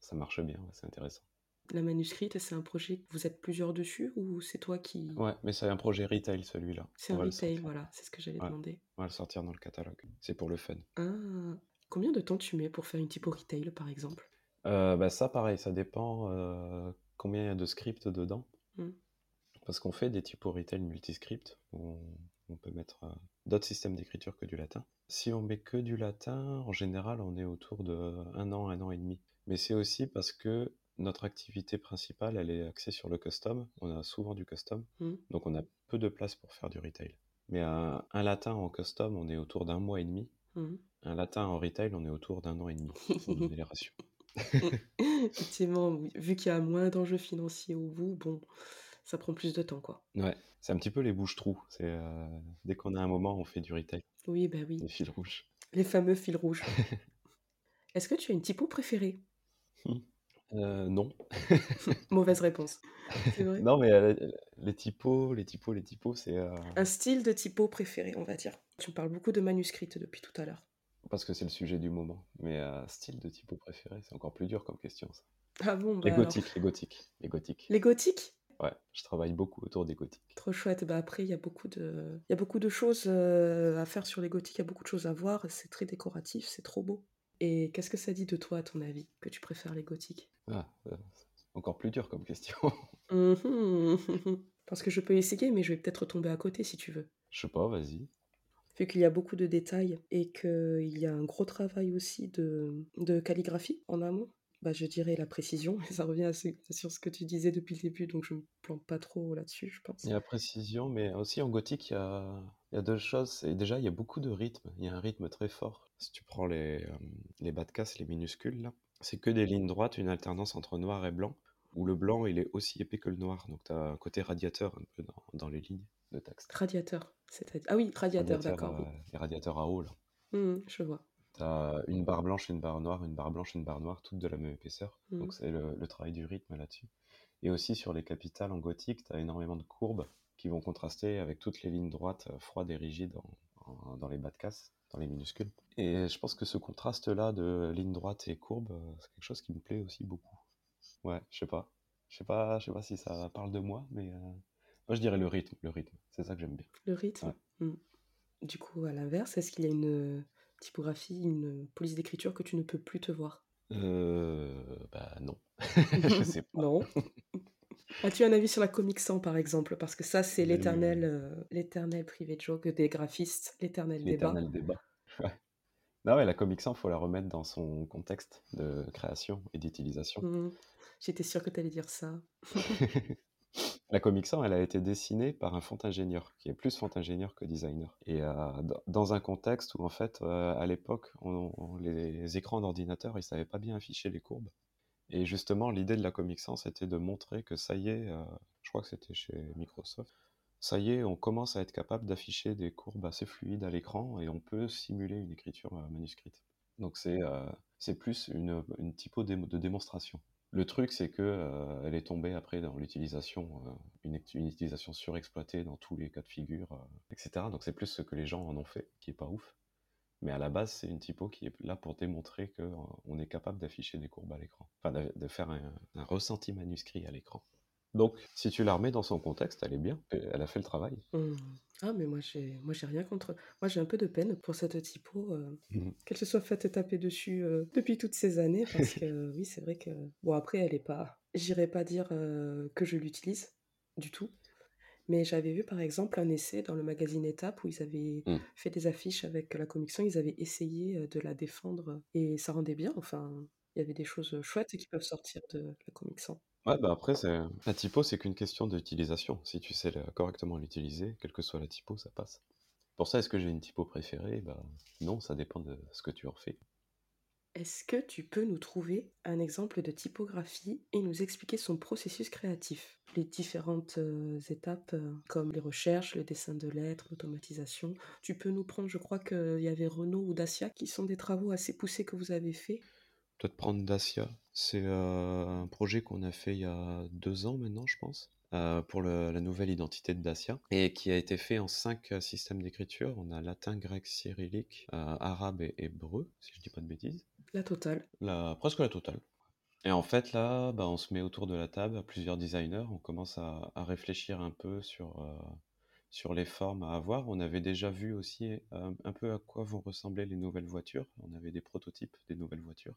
ça marche bien, ouais, c'est intéressant. La manuscrite, c'est un projet que vous êtes plusieurs dessus ou c'est toi qui... Ouais, mais c'est un projet retail celui-là. C'est On un va le retail, sortir. voilà, c'est ce que j'allais Ouais, demander. on va le sortir dans le catalogue. C'est pour le fun. Ah, combien de temps tu mets pour faire une typo retail, par exemple? Euh, bah ça, pareil, ça dépend euh, combien il y a de scripts dedans. Hmm. Parce qu'on fait des typos retail multiscript. On, on peut mettre euh, d'autres systèmes d'écriture que du latin. Si on met que du latin, en général, on est autour de un an, un an et demi. Mais c'est aussi parce que notre activité principale, elle est axée sur le custom. On a souvent du custom. Hmm. Donc on a peu de place pour faire du retail. Mais un, un latin en custom, on est autour d'un mois et demi. Hmm. Un latin en retail, on est autour d'un an et demi, pour donner les ratios. Effectivement, oui. Vu qu'il y a moins d'enjeux financiers au bout, bon, ça prend plus de temps, quoi. Ouais, c'est un petit peu les bouches-trous. C'est, euh, dès qu'on a un moment, on fait du retail, Oui, bah oui, des fils rouges. les fameux fils rouges. Est-ce que tu as une typo préférée? Euh, non. Mauvaise réponse. C'est vrai? Non, mais euh, les typos, les typos, les typos, c'est euh, Un style de typo préféré, on va dire. Tu me parles beaucoup de manuscrits depuis tout à l'heure. parce que c'est le sujet du moment. Mais euh, style de typo préféré, c'est encore plus dur comme question, ça. Ah bon, Les bah alors. gothiques, les gothiques, les gothiques. Les gothiques? Ouais, je travaille beaucoup autour des gothiques. Trop chouette. Bah après, il y a beaucoup de, il y a beaucoup de choses euh, à faire sur les gothiques, il y a beaucoup de choses à voir. C'est très décoratif, c'est trop beau. Et qu'est-ce que ça dit de toi, à ton avis, que tu préfères les gothiques? Ah, euh, c'est encore plus dur comme question. Mhm. Parce que je peux essayer, mais je vais peut-être tomber à côté si tu veux. Je sais pas, vas-y. Vu qu'il y a beaucoup de détails et qu'il y a un gros travail aussi de, de calligraphie en amont, bah je dirais la précision. Ça revient à ce- sur ce que tu disais depuis le début, donc je me plante pas trop là-dessus, je Il pense. y a précision, mais aussi en gothique, il y a, il y a deux choses. C'est, déjà, il y a beaucoup de rythme. Il y a un rythme très fort. Si tu prends les, euh, les bas de casse, les minuscules, là, c'est que des lignes droites, une alternance entre noir et blanc, où le blanc, il est aussi épais que le noir. Donc, tu as un côté radiateur un peu dans, dans les lignes de texte. Radiateur, c'est-à-dire... Ah oui, radiateur, Radiateur, d'accord, euh, oui. les radiateurs à eau, là. Mhm, je vois. Tu as une barre blanche, une barre noire, une barre blanche, une barre noire, toutes de la même épaisseur. Mhm. Donc, c'est le, le travail du rythme là-dessus. Et aussi sur les capitales en gothique, tu as énormément de courbes qui vont contraster avec toutes les lignes droites euh, froides et rigides en- en- dans les bas de casse, dans les minuscules. Et je pense que ce contraste-là de ligne droite et courbe, euh, c'est quelque chose qui me plaît aussi beaucoup. Ouais, je sais pas. Je sais pas, je sais pas si ça parle de moi, mais euh, moi je dirais le rythme, le rythme. C'est ça que j'aime bien. Le rythme. Ouais. Mhm. Du coup, à l'inverse, est-ce qu'il y a une typographie, une police d'écriture que tu ne peux plus te voir? Euh, bah non, je sais pas. Non. As-tu un avis sur la Comic Sans, par exemple? Parce que ça, c'est Le- l'éternel euh, l'éternel privé joke des graphistes, l'éternel débat. L'éternel débat. Ouais. Non, mais la Comic Sans, faut la remettre dans son contexte de création et d'utilisation. Mhm. J'étais sûre que tu allais dire ça. La Comic Sans, elle a été dessinée par un fond-ingénieur, qui est plus fond-ingénieur que designer. Et euh, dans- dans un contexte où, en fait, euh, à l'époque, on- on- les écrans d'ordinateur, ils savaient pas bien afficher les courbes. Et justement, l'idée de la Comic Sans, c'était de montrer que ça y est, euh, je crois que c'était chez Microsoft, ça y est, on commence à être capable d'afficher des courbes assez fluides à l'écran et on peut simuler une écriture euh, manuscrite. Donc c'est euh, c'est plus une, une typo démo- de démonstration. Le truc, c'est que euh, elle est tombée après dans l'utilisation, euh, une, une utilisation surexploitée dans tous les cas de figure, euh, et cetera. Donc c'est plus ce que les gens en ont fait, qui est pas ouf. Mais à la base, c'est une typo qui est là pour démontrer qu'on est capable d'afficher des courbes à l'écran. Enfin, de, de faire un, un ressenti manuscrit à l'écran. Donc, si tu la remets dans son contexte, elle est bien. Elle a fait le travail. Mhm. Ah, mais moi, j'ai moi j'ai rien contre. Moi, j'ai un peu de peine pour cette typo, euh, Mhm. qu'elle se soit faite taper dessus euh, depuis toutes ces années, parce que oui, c'est vrai que... Bon, après, elle est pas... J'irai pas dire euh, que je l'utilise du tout. Mais j'avais vu par exemple un essai dans le magazine Étape où ils avaient Mhm. fait des affiches avec la Comic Sans, ils avaient essayé euh, de la défendre et ça rendait bien. Enfin, il y avait des choses chouettes qui peuvent sortir de la Comic Sans. Ouais, bah après, c'est... la typo, c'est qu'une question d'utilisation. Si tu sais la- correctement l'utiliser, quelle que soit la typo, ça passe. Pour ça, est-ce que j'ai une typo préférée? Bah non, ça dépend de ce que tu en fais. Est-ce que tu peux nous trouver un exemple de typographie et nous expliquer son processus créatif? Les différentes euh, étapes euh, comme les recherches, le dessin de lettres, l'automatisation. Tu peux nous prendre, je crois qu'il y avait Renault ou Dacia qui sont des travaux assez poussés que vous avez faits. Peut-être prendre Dacia. C'est euh, un projet qu'on a fait il y a deux ans maintenant, je pense, euh, pour le- la nouvelle identité de Dacia, et qui a été fait en cinq euh, systèmes d'écriture. On a latin, grec, cyrillique, euh, arabe et hébreu, si je dis pas de bêtises. La totale. La, presque la totale. Et en fait, là, bah, on se met autour de la table, plusieurs designers, on commence à, à réfléchir un peu sur, euh, sur les formes à avoir. On avait déjà vu aussi euh, un peu à quoi vont ressembler les nouvelles voitures. On avait des prototypes des nouvelles voitures.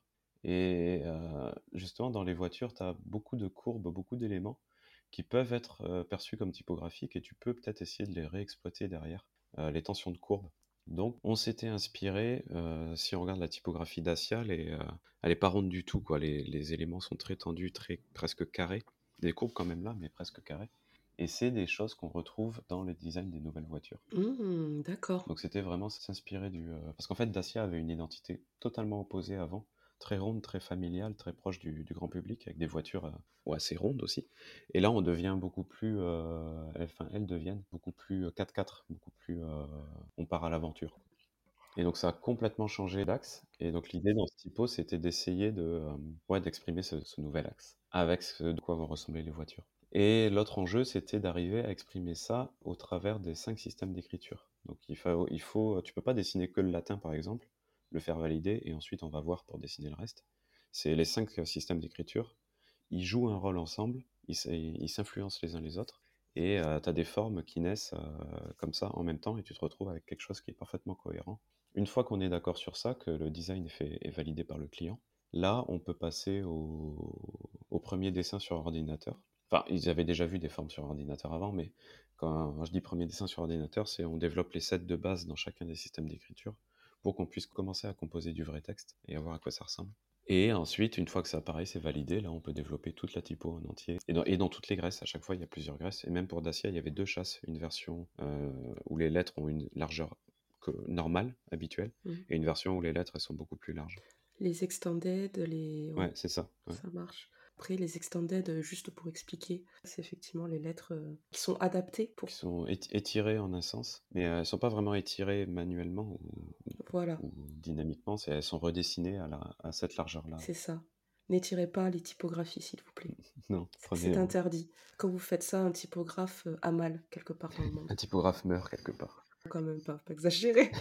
Et euh, justement, dans les voitures, tu as beaucoup de courbes, beaucoup d'éléments qui peuvent être euh, perçus comme typographiques et tu peux peut-être essayer de les réexploiter derrière, euh, les tensions de courbe. Donc, on s'était inspiré, euh, si on regarde la typographie Dacia, les, euh, elle est pas ronde du tout, quoi. Les, les éléments sont très tendus, très, presque carrés. Des courbes quand même là, mais presque carrés. Et c'est des choses qu'on retrouve dans le design des nouvelles voitures. Mmh, d'accord. Donc c'était vraiment s'inspirer du... euh, Parce qu'en fait, Dacia avait une identité totalement opposée avant, très ronde, très familiale, très proche du, du grand public, avec des voitures euh, ouais, assez rondes aussi. Et là, on devient beaucoup plus... euh, elles, enfin, elles deviennent beaucoup plus euh, quatre quatre, beaucoup plus... euh, on part à l'aventure. Et donc ça a complètement changé d'axe. Et donc l'idée dans ce typo, c'était d'essayer de, euh, ouais, d'exprimer ce, ce nouvel axe, avec ce de quoi vont ressembler les voitures. Et l'autre enjeu, c'était d'arriver à exprimer ça au travers des cinq systèmes d'écriture. Donc il faut, il faut, tu peux pas dessiner que le latin par exemple, le faire valider et ensuite on va voir pour dessiner le reste. C'est les cinq systèmes d'écriture. Ils jouent un rôle ensemble, ils, ils s'influencent les uns les autres et euh, tu as des formes qui naissent euh, comme ça en même temps et tu te retrouves avec quelque chose qui est parfaitement cohérent. Une fois qu'on est d'accord sur ça, que le design est, fait, est validé par le client, là on peut passer au, au premier dessin sur ordinateur. Enfin, ils avaient déjà vu des formes sur ordinateur avant, mais quand je dis premier dessin sur ordinateur, c'est on développe les sets de base dans chacun des systèmes d'écriture pour qu'on puisse commencer à composer du vrai texte et à voir à quoi ça ressemble. Et ensuite, une fois que ça apparaît, c'est validé, là on peut développer toute la typo en entier. Et dans, et dans toutes les graisses, à chaque fois il y a plusieurs graisses. Et même pour Dacia, il y avait deux chasses, une version euh, où les lettres ont une largeur que, normale, habituelle, Mmh. et une version où les lettres elles sont beaucoup plus larges. Les extended, les... Ouais, Ouais, c'est ça. Ouais. ça marche. Après, les extended, euh, juste pour expliquer, c'est effectivement les lettres euh, qui sont adaptées pour... Qui sont éti- étirées en un sens, mais euh, elles sont pas vraiment étirées manuellement ou, Voilà, ou dynamiquement, c'est, elles sont redessinées à, la, à cette largeur-là. c'est ça. N'étirez pas les typographies, s'il vous plaît. Non, C'est prenez c'est un, interdit. Quand vous faites ça, un typographe euh, a mal quelque part dans le monde. un typographe meurt quelque part. Quand même pas, pas exagérer.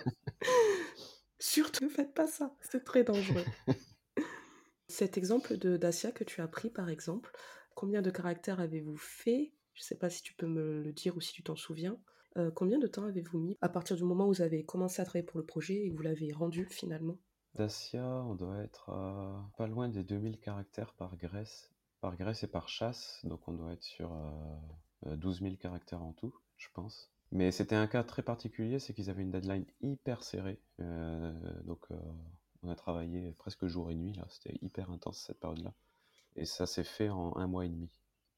Surtout ne faites pas ça, c'est très dangereux. Cet exemple de Dacia que tu as pris, par exemple, combien de caractères avez-vous fait? Je ne sais pas si tu peux me le dire ou si tu t'en souviens. Euh, combien de temps avez-vous mis à partir du moment où vous avez commencé à travailler pour le projet et que vous l'avez rendu finalement? Dacia, on doit être à pas loin des deux mille caractères par graisse, par graisse et par chasse, donc on doit être sur euh, douze mille caractères en tout, je pense. Mais c'était un cas très particulier, c'est qu'ils avaient une deadline hyper serrée, euh, donc euh, on a travaillé presque jour et nuit là, c'était hyper intense cette période-là, et ça s'est fait en un mois et demi.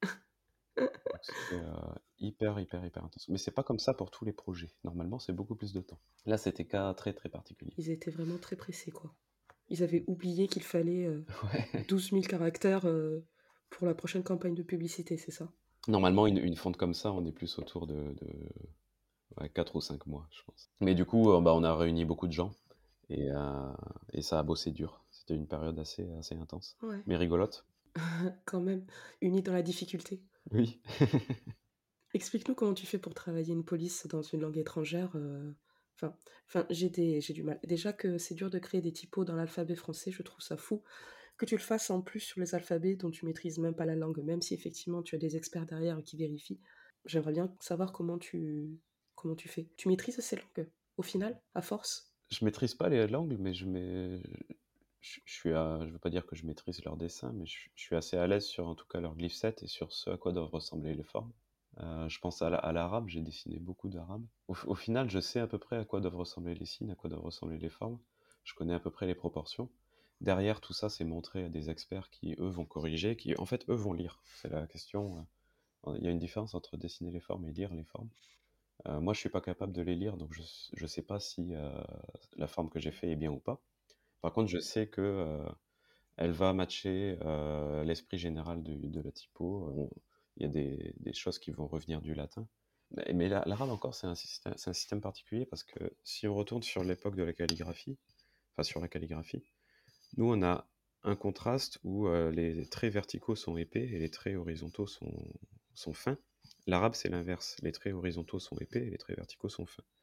Donc c'était euh, hyper, hyper, hyper intense. Mais c'est pas comme ça pour tous les projets. Normalement, c'est beaucoup plus de temps. Là, c'était cas très, très particulier. Ils étaient vraiment très pressés, quoi. Ils avaient oublié qu'il fallait euh, Ouais. douze mille caractères euh, pour la prochaine campagne de publicité, c'est ça? Normalement, une, une fonte comme ça, on est plus autour de, de ouais, quatre ou cinq mois, je pense. Mais du coup, euh, bah, on a réuni beaucoup de gens et, euh, et ça a bossé dur. C'était une période assez, assez intense, Ouais, mais rigolote. quand même, unis dans la difficulté. Oui. Explique-nous comment tu fais pour travailler une police dans une langue étrangère. euh, Enfin, enfin j'ai des- j'ai du mal. Déjà que c'est dur de créer des typos dans l'alphabet français, je trouve ça fou. Que tu le fasses en plus sur les alphabets dont tu maîtrises même pas la langue, même si effectivement tu as des experts derrière qui vérifient. J'aimerais bien savoir comment tu, comment tu fais. Tu maîtrises ces langues, au final, à force? Je maîtrise pas les langues, mais je mets... Je, je suis à... je veux pas dire que je maîtrise leur dessin, mais je, je suis assez à l'aise sur en tout cas leur glyph set et sur ce à quoi doivent ressembler les formes. Euh, je pense à la- à l'arabe, j'ai dessiné beaucoup d'arabe. Au, au final, je sais à peu près à quoi doivent ressembler les signes, à quoi doivent ressembler les formes. Je connais à peu près les proportions. Derrière, tout ça, c'est montré à des experts qui, eux, vont corriger, qui, en fait, eux, vont lire. C'est la question. euh, Il y a une différence entre dessiner les formes et lire les formes. Euh, moi, je suis pas capable de les lire, donc je, je sais pas si euh, la forme que j'ai fait est bien ou pas. Par contre, je sais que euh, elle va matcher euh, l'esprit général de, de la typo. On- Il y a des, des choses qui vont revenir du latin. Mais, mais la- l'arabe encore, c'est un système, c'est un système particulier parce que si on retourne sur l'époque de la calligraphie, enfin sur la calligraphie, nous on a un contraste où euh, les traits verticaux sont épais et les traits horizontaux sont, sont fins. L'arabe, c'est l'inverse. Les traits horizontaux sont épais et les traits verticaux sont fins.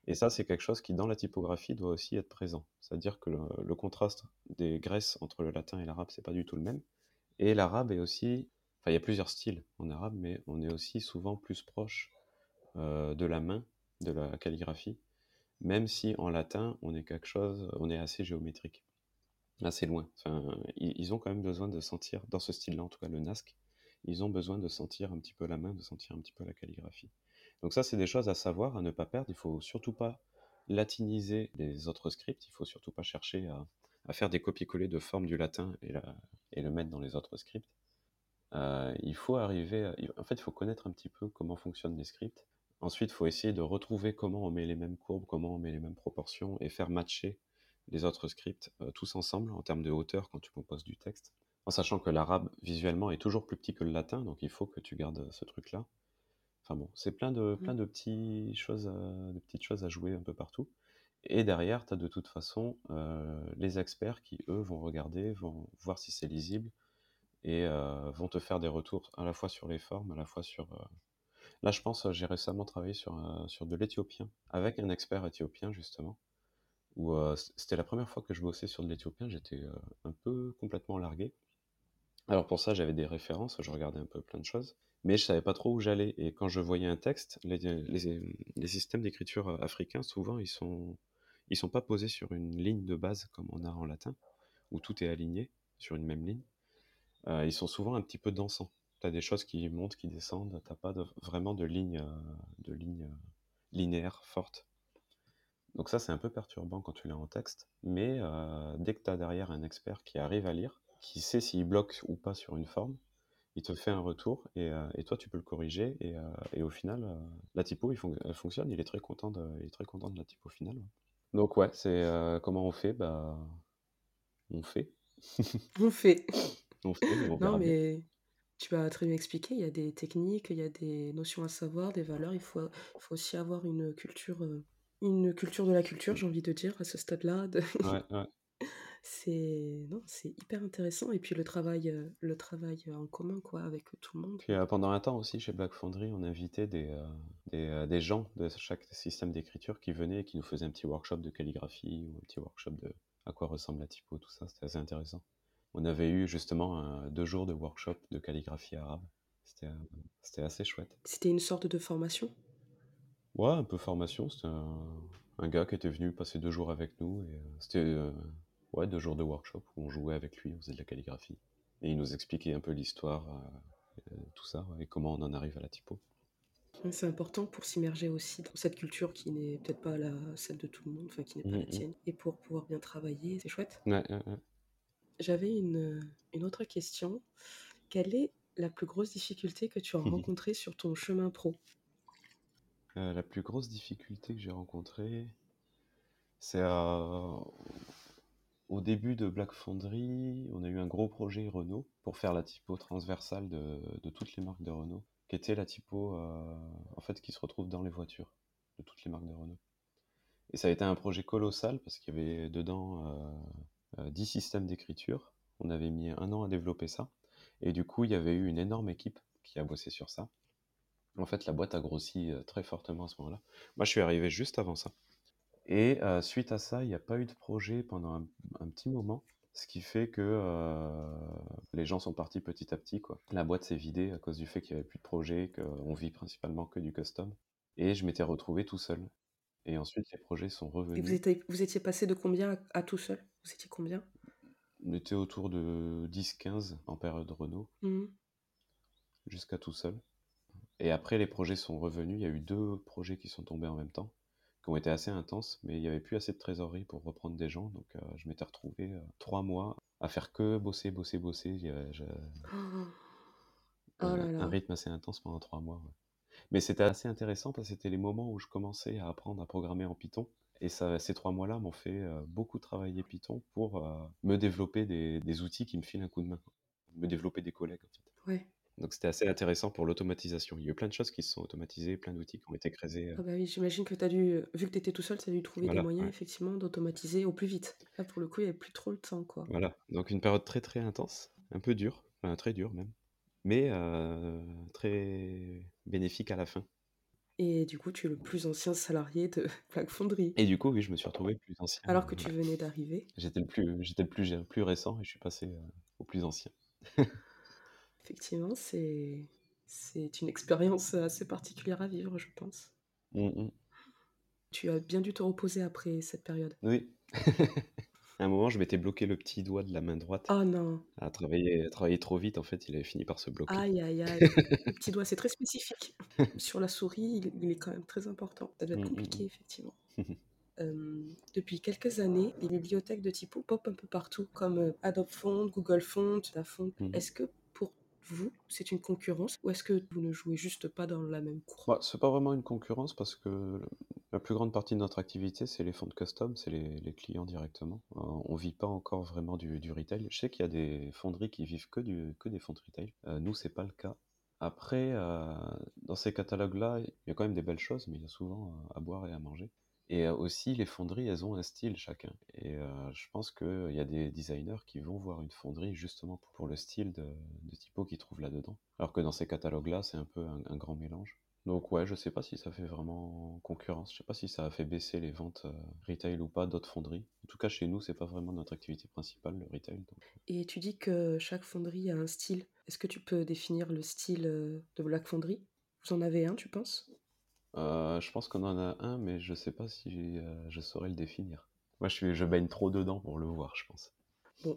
Et ça, c'est quelque chose qui, dans la typographie, doit aussi être présent. C'est-à-dire que le, le contraste des graisses entre le latin et l'arabe, c'est pas du tout le même. Et l'arabe est aussi... Enfin, il y a plusieurs styles en arabe, mais on est aussi souvent plus proche euh, de la main, de la calligraphie, même si en latin, on est quelque chose, on est assez géométrique, assez loin. Enfin, ils, ils ont quand même besoin de sentir, dans ce style-là, en tout cas le nasque, ils ont besoin de sentir un petit peu la main, de sentir un petit peu la calligraphie. Donc ça, c'est des choses à savoir, à ne pas perdre. Il faut surtout pas latiniser les autres scripts. Il faut surtout pas chercher à, à faire des copier-coller de forme du latin et, la, et le mettre dans les autres scripts. Euh, il faut arriver, à, en fait, il faut connaître un petit peu comment fonctionnent les scripts. Ensuite, il faut essayer de retrouver comment on met les mêmes courbes, comment on met les mêmes proportions et faire matcher les autres scripts euh, tous ensemble en termes de hauteur quand tu composes du texte. En sachant que l'arabe visuellement est toujours plus petit que le latin, donc il faut que tu gardes ce truc-là. Enfin bon, c'est plein de, plein Mhm. de, petits choses à, de petites choses à jouer un peu partout. Et derrière, tu as de toute façon euh, les experts qui, eux, vont regarder, vont voir si c'est lisible et euh, vont te faire des retours à la fois sur les formes, à la fois sur... euh, Là, je pense, euh, j'ai récemment travaillé sur, euh, sur de l'éthiopien, avec un expert éthiopien, justement, où euh, c- c'était la première fois que je bossais sur de l'éthiopien, j'étais euh, un peu complètement largué. Alors pour ça, j'avais des références, je regardais un peu plein de choses, mais je savais pas trop où j'allais. Et quand je voyais un texte, les, les, les systèmes d'écriture euh, africains, souvent, ils sont, ils sont pas posés sur une ligne de base comme on a en latin, où tout est aligné sur une même ligne. Euh, ils sont souvent un petit peu dansants. Tu as des choses qui montent, qui descendent, t'as pas de- vraiment de ligne, euh, de ligne euh, linéaire forte. Donc ça, c'est un peu perturbant quand tu l'as en texte, mais euh, dès que tu as derrière un expert qui arrive à lire, qui sait s'il bloque ou pas sur une forme, il te fait un retour et, euh, et toi tu peux le corriger et, euh, et au final euh, la typo il fon- elle fonctionne, il est très content de, il est très content de la typo finale. Ouais. Donc ouais, c'est euh, comment on fait, bah on fait, On fait. on fait et on Non, verra bien. mais tu as très bien expliqué, il y a des techniques, il y a des notions à savoir, des valeurs. Il faut, il faut aussi avoir une culture, euh, une culture de la culture, j'ai envie de dire, à ce stade-là. de- Ouais, ouais. C'est, non, c'est hyper intéressant. Et puis le travail, euh, le travail en commun, quoi, avec tout le monde. Puis euh, pendant un temps aussi chez Black Foundry, on invitait des, euh, des, euh, des gens de chaque système d'écriture qui venaient et qui nous faisaient un petit workshop de calligraphie ou un petit workshop de à quoi ressemble la typo, tout ça, c'était assez intéressant. On avait eu justement un- deux jours de workshop de calligraphie arabe. C'était euh, c'était assez chouette. C'était une sorte de formation. Ouais, un peu formation. C'était un, un gars qui était venu passer deux jours avec nous. Et, euh, c'était euh, ouais, deux jours de workshop où on jouait avec lui, on faisait de la calligraphie. Et il nous expliquait un peu l'histoire, euh, euh, tout ça, ouais, et comment on en arrive à la typo. C'est important pour s'immerger aussi dans cette culture qui n'est peut-être pas la, celle de tout le monde, enfin qui n'est pas la Mhm, tienne, et pour pouvoir bien travailler, c'est chouette. mhm. Ouais, ouais, ouais. J'avais une, une autre question. Quelle est la plus grosse difficulté que tu as rencontrée sur ton chemin pro? Euh, la plus grosse difficulté que j'ai rencontrée, c'est euh, au début de Black Foundry, on a eu un gros projet Renault pour faire la typo transversale de, de toutes les marques de Renault, qui était la typo euh, en fait qui se retrouve dans les voitures de toutes les marques de Renault. Et ça a été un projet colossal parce qu'il y avait dedans euh, euh, dix systèmes d'écriture. On avait mis un an à développer ça. Et du coup, il y avait eu une énorme équipe qui a bossé sur ça. En fait, la boîte a grossi euh, très fortement à ce moment-là. Moi, je suis arrivé juste avant ça. Et euh, suite à ça, il n'y a pas eu de projet pendant un, un petit moment, ce qui fait que euh, les gens sont partis petit à petit, quoi. La boîte s'est vidée à cause du fait qu'il n'y avait plus de projet, qu'on vit principalement que du custom. Et je m'étais retrouvé tout seul. Et ensuite, les projets sont Et vous revenus. étiez, vous étiez passé de combien à, à tout seul? Vous étiez combien? On était autour de dix quinze en période Renault, Mhm. jusqu'à tout seul. Et après, les projets sont revenus. Il y a eu deux projets qui sont tombés en même temps, qui ont été assez intenses, mais il n'y avait plus assez de trésorerie pour reprendre des gens. Donc, euh, je m'étais retrouvé euh, trois mois à faire que bosser, bosser, bosser. Il y avait- je- Oh, oh un, là un là. rythme assez intense pendant trois mois. Ouais. Mais c'était assez intéressant parce que c'était les moments où je commençais à apprendre à programmer en Python. Et ça, ces trois mois-là m'ont fait euh, beaucoup travailler Python pour euh, me développer des, des outils qui me filent un coup de main, quoi. Me développer des collègues, en fait. Ouais. Donc c'était assez intéressant pour l'automatisation. Il y a eu plein de choses qui se sont automatisées, plein d'outils qui ont été créés. euh, Ah bah oui, j'imagine que tu as dû, vu que tu étais tout seul, tu as dû trouver des Voilà, moyens ouais, effectivement d'automatiser au plus vite. Là, pour le coup, il n'y avait plus trop le temps, quoi. voilà. Donc une période très très intense, un peu dure, enfin très dure même, mais euh, très bénéfique à la fin. Et du coup, tu es le plus ancien salarié de Black Fonderie. Et du coup, oui, je me suis retrouvé plus ancien, Alors que heu, tu ouais. venais d'arriver. J'étais le plus j'étais le plus gé plus récent et je suis passé, heu, au plus ancien. Effectivement, c'est c'est une expérience, assez particulière à vivre, je pense. Mmh mh. Tu as bien dû te reposer après cette période. Oui. À un moment, je m'étais bloqué le petit doigt de la main droite Oh non! à travailler à travailler trop vite, en fait, il avait fini par se bloquer. Aïe, aïe, aïe. Le petit doigt, c'est très spécifique. Sur la souris, il est il est quand même très important. Ça doit être Mmh mh compliqué, mh. effectivement. Hem, depuis quelques années, les bibliothèques de typo pop un peu partout, comme, heu, Adobe Font, Google Font, Dafont. Mmh mh. Est-ce que pour vous, c'est une concurrence ou est-ce que vous ne jouez juste pas dans la même cour? Bah, c'est pas vraiment une concurrence parce que la plus grande partie de notre activité, c'est les fonds custom, c'est les les clients directement. Heu, on vit pas encore vraiment du du retail. Je sais qu'il y a des fonderies qui vivent que du que des fonds retail. Heu, nous, c'est pas le cas. Après, heu, dans ces catalogues-là, il y a quand même des belles choses, mais il y a souvent, heu, à boire et à manger. Et heu, aussi, les fonderies, elles ont un style chacun. Et heu, je pense qu'il y a des designers qui vont voir une fonderie justement pour pour le style de de typo qu'ils trouvent là-dedans. Alors que dans ces catalogues-là, c'est un peu un un grand mélange. Donc ouais, je sais pas si ça fait vraiment concurrence. Je sais pas si ça a fait baisser les ventes, heu, retail ou pas d'autres fonderies. En tout cas, chez nous, c'est pas vraiment notre activité principale, le retail, donc heu Et tu dis que chaque fonderie a un style. Est-ce que tu peux définir le style, heu, de Black Fonderie? Vous en avez un, tu penses? Heu, je pense qu'on en a un, mais je sais pas si, heu, je saurais le définir. Moi, je suis je baigne trop dedans pour le voir, je pense. Bon,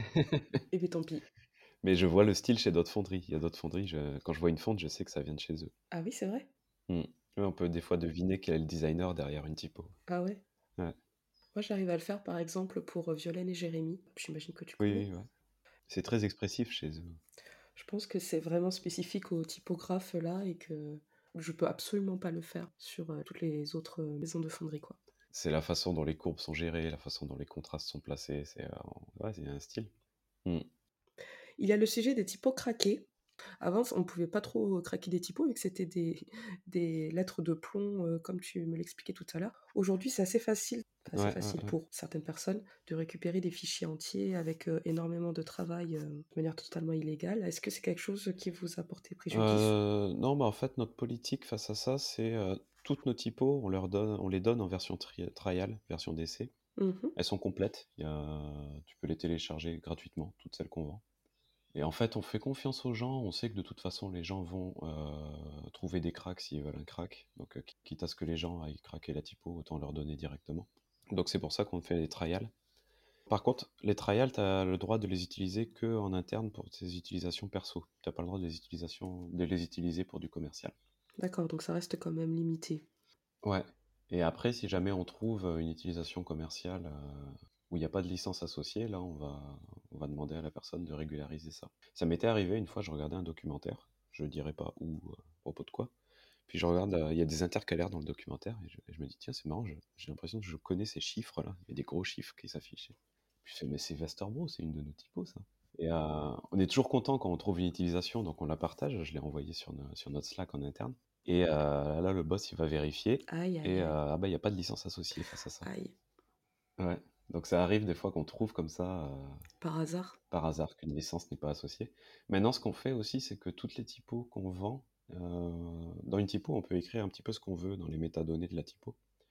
et beh, tant pis. Mais je vois le style chez d'autres fonderies. Il y a d'autres fonderies, je quand je vois une fonte, je sais que ça vient de chez eux. Ah oui, c'est vrai? Mmh. Ouais, on peut des fois deviner quel est le designer derrière une typo. Ah ouais? Ouais. Moi, j'arrive à le faire, par exemple, pour, heu, Violaine et Jérémy. J'imagine que tu Oui, connais? oui, ouais. C'est très expressif chez eux. Je pense que c'est vraiment spécifique aux typographes, là, et que je peux absolument pas le faire sur, heu, toutes les autres, heu, maisons de fonderie, quoi. C'est la façon dont les courbes sont gérées, la façon dont les contrastes sont placés, c'est, heu, ouais, il y a un style. Mmh. Il y a le sujet des typos craqués. Avant, on pouvait pas trop craquer des typos vu que c'était des des lettres de plomb, heu, comme tu me l'expliquais tout à l'heure. Aujourd'hui, c'est assez facile, enfin assez Ouais, ouais, facile ouais. pour certaines personnes, de récupérer des fichiers entiers avec, heu, énormément de travail, heu, de manière totalement illégale. Est-ce que c'est quelque chose qui vous a porté préjudice? Heu, non, bah, en fait, notre politique face à ça, c'est, heu, toutes nos typos, on leur donne on les donne en version tri trial, version d'essai. Mmh. Elles sont complètes, il y a tu peux les télécharger gratuitement, toutes celles qu'on vend. Et en fait, on fait confiance aux gens, on sait que de toute façon, les gens vont, heu, trouver des cracks s'ils veulent un crack. Donc, heu, qui quitte à ce que les gens aillent craquer la typo, autant leur donner directement. Donc c'est pour ça qu'on fait les trials. Par contre, les trials, tu as le droit de les utiliser que en interne pour tes utilisations perso. Tu as pas le droit de les utilisations de les utiliser pour du commercial. D'accord, donc ça reste quand même limité. Ouais. Et après, si jamais on trouve, heu, une utilisation commerciale, heu, où il y a pas de licence associée, là, on va on va demander à la personne de régulariser ça. Ça m'était arrivé une fois, je regardais un documentaire, je dirais pas où, heu, à propos de quoi. Puis je regarde, heu, il y a des intercalaires dans le documentaire et je et je me dis: «Tiens, c'est marrant, je j'ai l'impression que je connais ces chiffres-là». Il y a des gros chiffres qui s'affichaient. Puis je fais: «Mais c'est Westerbo, c'est une de nos typos, ça». Et heu, on est toujours content quand on trouve une utilisation, donc on la partage. Je l'ai envoyé sur no sur notre Slack en interne. Et heu, là, le boss, il va vérifier Aïe, et aïe, heu, aïe. ah bah, il y a pas de licence associée face à ça. Aïe. Ouais, donc ça arrive des fois qu'on trouve comme ça, heu, Par hasard? par hasard, qu'une licence n'est pas associée. Maintenant, ce qu'on fait aussi, c'est que toutes les typos qu'on vend, heu, dans une typo, on peut écrire un petit peu ce qu'on veut dans les métadonnées de la typo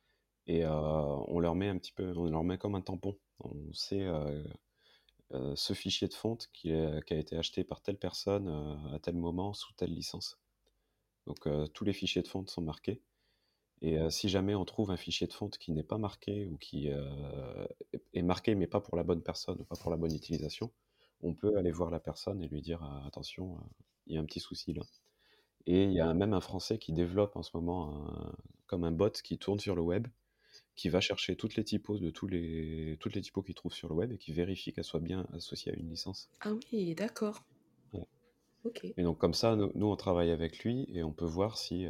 et heu, on leur met un petit peu on leur met comme un tampon. On sait, heu heu, ce fichier de fonte qui est qui a été acheté par telle personne, heu, à tel moment, sous telle licence. Donc heu, tous les fichiers de fonte sont marqués. Et heu, si jamais on trouve un fichier de fonte qui n'est pas marqué ou qui, heu, est est marqué mais pas pour la bonne personne, pas pour la bonne utilisation, on peut aller voir la personne et lui dire: «Ah attention, heu, il y a un petit souci là». Et il y a même un Français qui développe en ce moment un comme un bot qui tourne sur le web, qui va chercher toutes les typos de tous les toutes les typos qu'il trouve sur le web et qui vérifie qu'elles soient bien associées à une licence. Ah oui, d'accord. Ouais. OK. Et donc comme ça, nous nous on travaille avec lui et on peut voir si, heu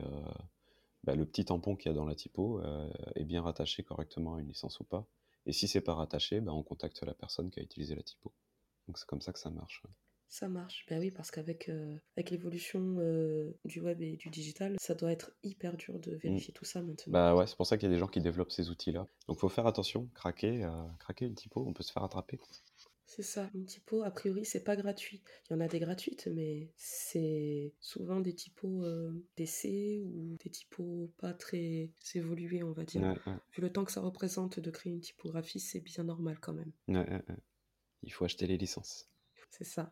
bah, le petit tampon qu'il y a dans la typo, heu, est bien rattaché correctement à une licence ou pas. Et si c'est pas rattaché, bah, on contacte la personne qui a utilisé la typo. Donc c'est comme ça que ça marche, ouais. Ça marche. Bah oui, parce qu'avec euh, avec l'évolution euh, du web et du digital, ça doit être hyper dur de Mmh. vérifier tout ça maintenant. Bah, ouais, c'est pour ça qu'il y a des gens qui développent ces outils-là. Donc faut faire attention, craquer, heu, craquer une typo, on peut se faire attraper. C'est ça, une typo, a priori, c'est pas gratuit. Il y en a des gratuites, mais c'est souvent des typos euh, d'essai ou des typos pas très évolués, on va dire. Ouais, ouais, Vu le temps que ça représente de créer une typographie, c'est bien normal quand même. ouais, ouais, ouais. Il faut acheter les licences. C'est ça.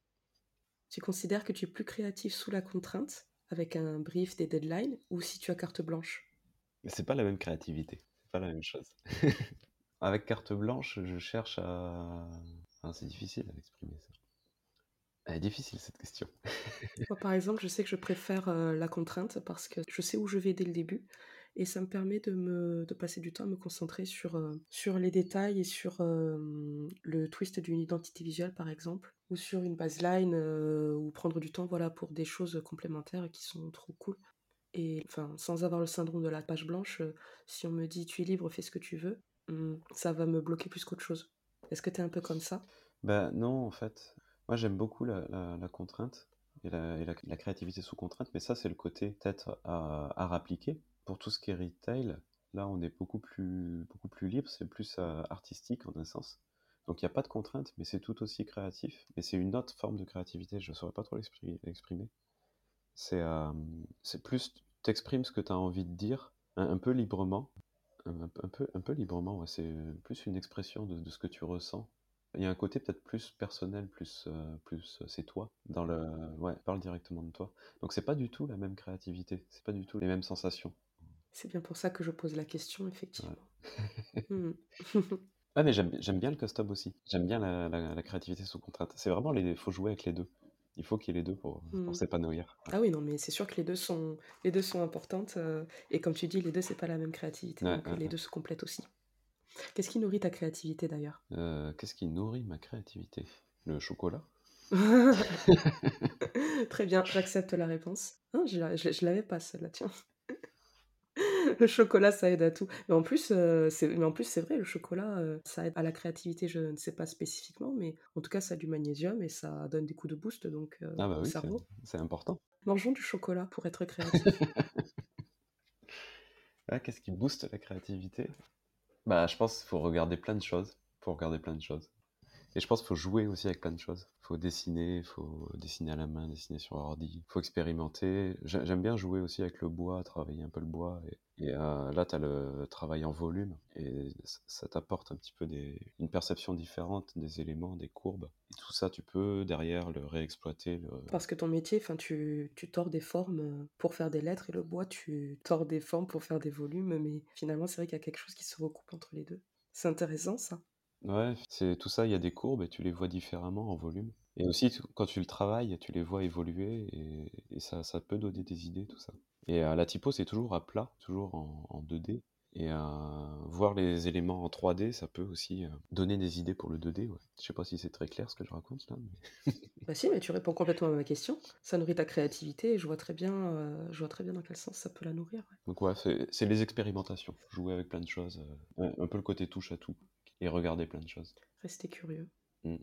Tu considères que tu es plus créatif sous la contrainte, avec un brief, des deadlines, ou si tu as carte blanche? Mais c'est pas la même créativité, c'est pas la même chose. Avec carte blanche, je cherche à... Ah, c'est difficile à exprimer ça. Elle est difficile cette question. Moi, par exemple, je sais que je préfère euh, la contrainte parce que je sais où je vais dès le début et ça me permet de, me, de passer du temps à me concentrer sur, euh, sur les détails et sur euh, le twist d'une identité visuelle, par exemple, ou sur une baseline euh, ou prendre du temps voilà, pour des choses complémentaires qui sont trop cool. Et enfin, sans avoir le syndrome de la page blanche, euh, si on me dit tu es libre, fais ce que tu veux, hum, ça va me bloquer plus qu'autre chose. Est-ce que tu es un peu comme ça? Bah non, en fait, moi j'aime beaucoup la, la- la contrainte et, la, et la- la créativité sous contrainte, mais ça c'est le côté peut-être à, à rappliquer. Pour tout ce qui est retail, là on est beaucoup plus, beaucoup plus libre, c'est plus euh, artistique en un sens. Donc il n'y a pas de contrainte, mais c'est tout aussi créatif. Mais c'est une autre forme de créativité, je ne saurais pas trop l'expri- l'exprimer. C'est euh, c'est plus, t'exprimes ce que tu as envie de dire, un, un peu librement, un, un peu, un peu un peu librement, ouais, c'est plus une expression de, de ce que tu ressens. Il y a un côté peut-être plus personnel, plus, euh, plus euh, c'est toi, dans le, ouais, parle directement de toi. Donc c'est pas du tout la même créativité, c'est pas du tout les mêmes sensations. C'est bien pour ça que je pose la question, Ouais. effectivement. Hmm. Ah mais j'aime j'aime bien le custom aussi. J'aime bien la, la- la créativité sous contrainte. C'est vraiment les, faut jouer avec les deux. Il faut qu'il y ait les deux pour, pour Hmm. s'épanouir. Ouais. Ah oui, non, mais c'est sûr que les deux sont, les deux sont importantes. euh, et comme tu dis, les deux, c'est pas la même créativité, Ouais, donc euh, ouais, les ouais. deux se complètent aussi. Qu'est-ce qui nourrit ta créativité d'ailleurs? Euh, qu'est-ce qui nourrit ma créativité? Le chocolat? Très bien, j'accepte la réponse. Hein, je, la- je, je l'avais pas celle-là, tiens. Le chocolat, ça aide à tout. Mais en plus, euh, c'est, mais en plus, c'est vrai, le chocolat, euh, ça aide à la créativité, je ne sais pas spécifiquement, mais en tout cas, ça a du magnésium et ça donne des coups de boost donc, euh, Ah bah au oui, c'est cerveau. c'est important. Mangeons du chocolat pour être créatif. Ah, qu'est-ce qui booste la créativité? Bah, je pense qu'il faut regarder plein de choses. Faut regarder plein de choses. Et je pense qu'il faut jouer aussi avec plein de choses. Il faut dessiner, il faut dessiner à la main, dessiner sur ordi. Il faut expérimenter. J'ai- J'aime bien jouer aussi avec le bois, travailler un peu le bois. Et, et, euh, là, tu as le travail en volume. Et ça, ça t'apporte un petit peu des, une perception différente des éléments, des courbes. Et tout ça, tu peux derrière le réexploiter. Le... Parce que ton métier, enfin, tu, tu tords des formes euh, pour faire des lettres et le bois, tu tords des formes pour faire des volumes, mais finalement, c'est vrai qu'il y a quelque chose qui se recoupe entre les deux. C'est intéressant, ça. Ouais, c'est tout ça, il y a des courbes et tu les vois différemment en volume. Et aussi, tu- quand tu le travailles, tu les vois évoluer et, et ça, ça peut donner des idées, tout ça. Et euh, la typo, c'est toujours à plat, toujours en, en deux D. Et euh, voir les éléments en trois D, ça peut aussi euh, donner des idées pour le deux D, ouais. Je sais pas si c'est très clair ce que je raconte là, mais... Bah si, mais tu réponds complètement à ma question. Ça nourrit ta créativité et je vois très bien, euh, je vois très bien dans quel sens ça peut la nourrir. Ouais. Donc ouais, c'est c'est les expérimentations. Jouer avec plein de choses, euh, un, un peu le côté touche à tout. Et regarder plein de choses. Restez curieux. Mm.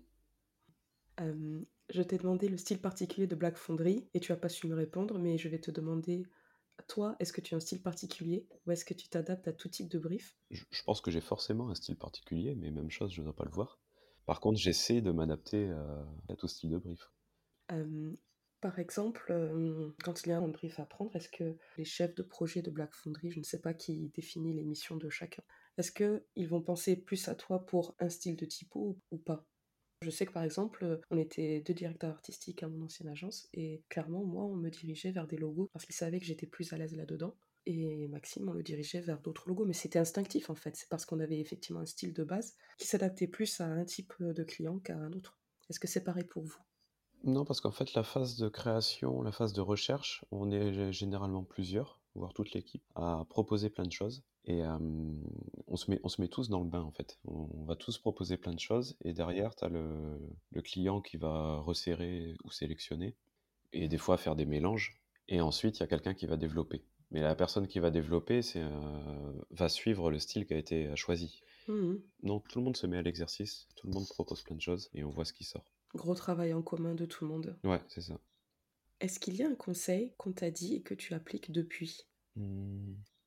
Euh, je t'ai demandé le style particulier de Black Fonderie et tu as pas su me répondre, mais je vais te demander, toi, est-ce que tu as un style particulier ou est-ce que tu t'adaptes à tout type de brief? Je, je pense que j'ai forcément un style particulier, mais même chose, je ne dois pas le voir. Par contre, j'essaie de m'adapter euh, à tout style de brief. Euh, Par exemple, euh, quand il y a un brief à prendre, est-ce que les chefs de projet de Black Foundry, je ne sais pas qui définit les missions de chacun, est-ce qu'ils vont penser plus à toi pour un style de typo ou, ou pas? Je sais que par exemple, euh, on était deux directeurs artistiques à mon ancienne agence et clairement, moi, on me dirigeait vers des logos parce qu'ils savaient que j'étais plus à l'aise là-dedans. Et Maxime, on le dirigeait vers d'autres logos, mais c'était instinctif en fait. C'est parce qu'on avait effectivement un style de base qui s'adaptait plus à un type de client qu'à un autre. Est-ce que c'est pareil pour vous? Non, parce qu'en fait, la phase de création, la phase de recherche, on est g- généralement plusieurs, voire toute l'équipe, à proposer plein de choses. Et euh, on se met, on se met tous dans le bain, en fait. On, on va tous proposer plein de choses. Et derrière, tu as le, le client qui va resserrer ou sélectionner. Et des fois, faire des mélanges. Et ensuite, il y a quelqu'un qui va développer. Mais la personne qui va développer, c'est, euh, va suivre le style qui a été euh, choisi. Mhm. Donc, tout le monde se met à l'exercice, tout le monde propose plein de choses et on voit ce qui sort. Gros travail en commun de tout le monde. Ouais, c'est ça. Est-ce qu'il y a un conseil qu'on t'a dit et que tu appliques depuis? Hmm.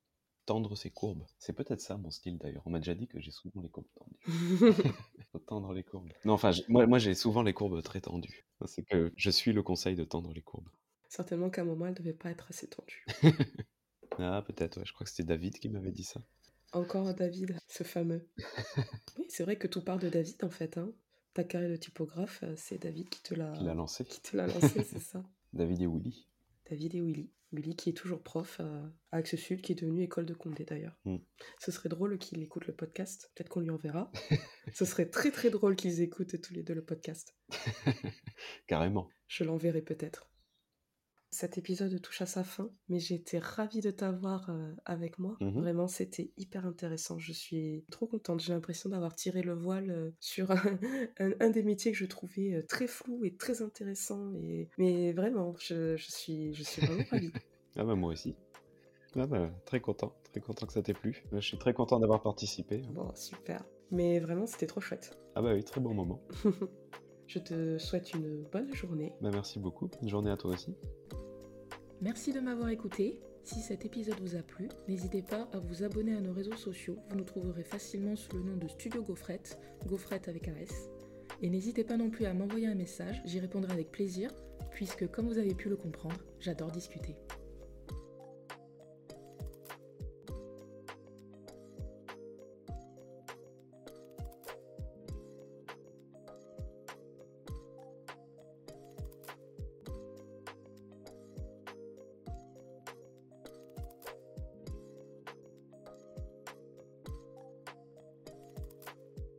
tendre ses courbes. C'est peut-être ça mon style d'ailleurs. On m'a déjà dit que j'ai souvent les courbes tendues. Faut tendre les courbes. Non, enfin, j'ai- moi, moi j'ai souvent les courbes très tendues. C'est que je suis le conseil de tendre les courbes. Certainement qu'à un moment, elle devait pas être assez tendue. Ah, peut-être, ouais. Je crois que c'était David qui m'avait dit ça. Encore David, ce fameux. Oui, c'est vrai que tout part de David en fait. Hein. Ta carrière de typographe, euh, c'est David qui te Qui l'a l'a lancé. qui te l'a lancé, c'est ça. David et Willy. David et Willy. Willy qui est toujours prof à à Axe Sud, qui est devenu école de Condé d'ailleurs. Mm. Ce serait drôle qu'il écoute le podcast. Peut-être qu'on lui enverra. Ce serait très très drôle qu'ils écoutent tous les deux le podcast. Carrément. Je l'enverrai peut-être. Cet épisode touche à sa fin, mais j'ai été ravie de t'avoir euh, avec moi. Mhm. Vraiment, c'était hyper intéressant. Je suis trop contente. J'ai l'impression d'avoir tiré le voile euh, sur un, un- un des métiers que je trouvais euh, très flou et très intéressant. Et... Mais vraiment, je, je suis, je suis vraiment ravie. Ah bah moi aussi. Ah bah, très content, très content que ça t'ait plu. Je suis très content d'avoir participé. Bon, super. Mais vraiment, c'était trop chouette. Ah bah oui, très bon moment. Je te souhaite une bonne journée. Bah merci beaucoup. Bonne journée à toi aussi. Merci de m'avoir écouté. Si cet épisode vous a plu, n'hésitez pas à vous abonner à nos réseaux sociaux. Vous nous trouverez facilement sous le nom de Studio Gaufrette, Gaufrette avec un S. Et n'hésitez pas non plus à m'envoyer un message, j'y répondrai avec plaisir, puisque comme vous avez pu le comprendre, j'adore discuter.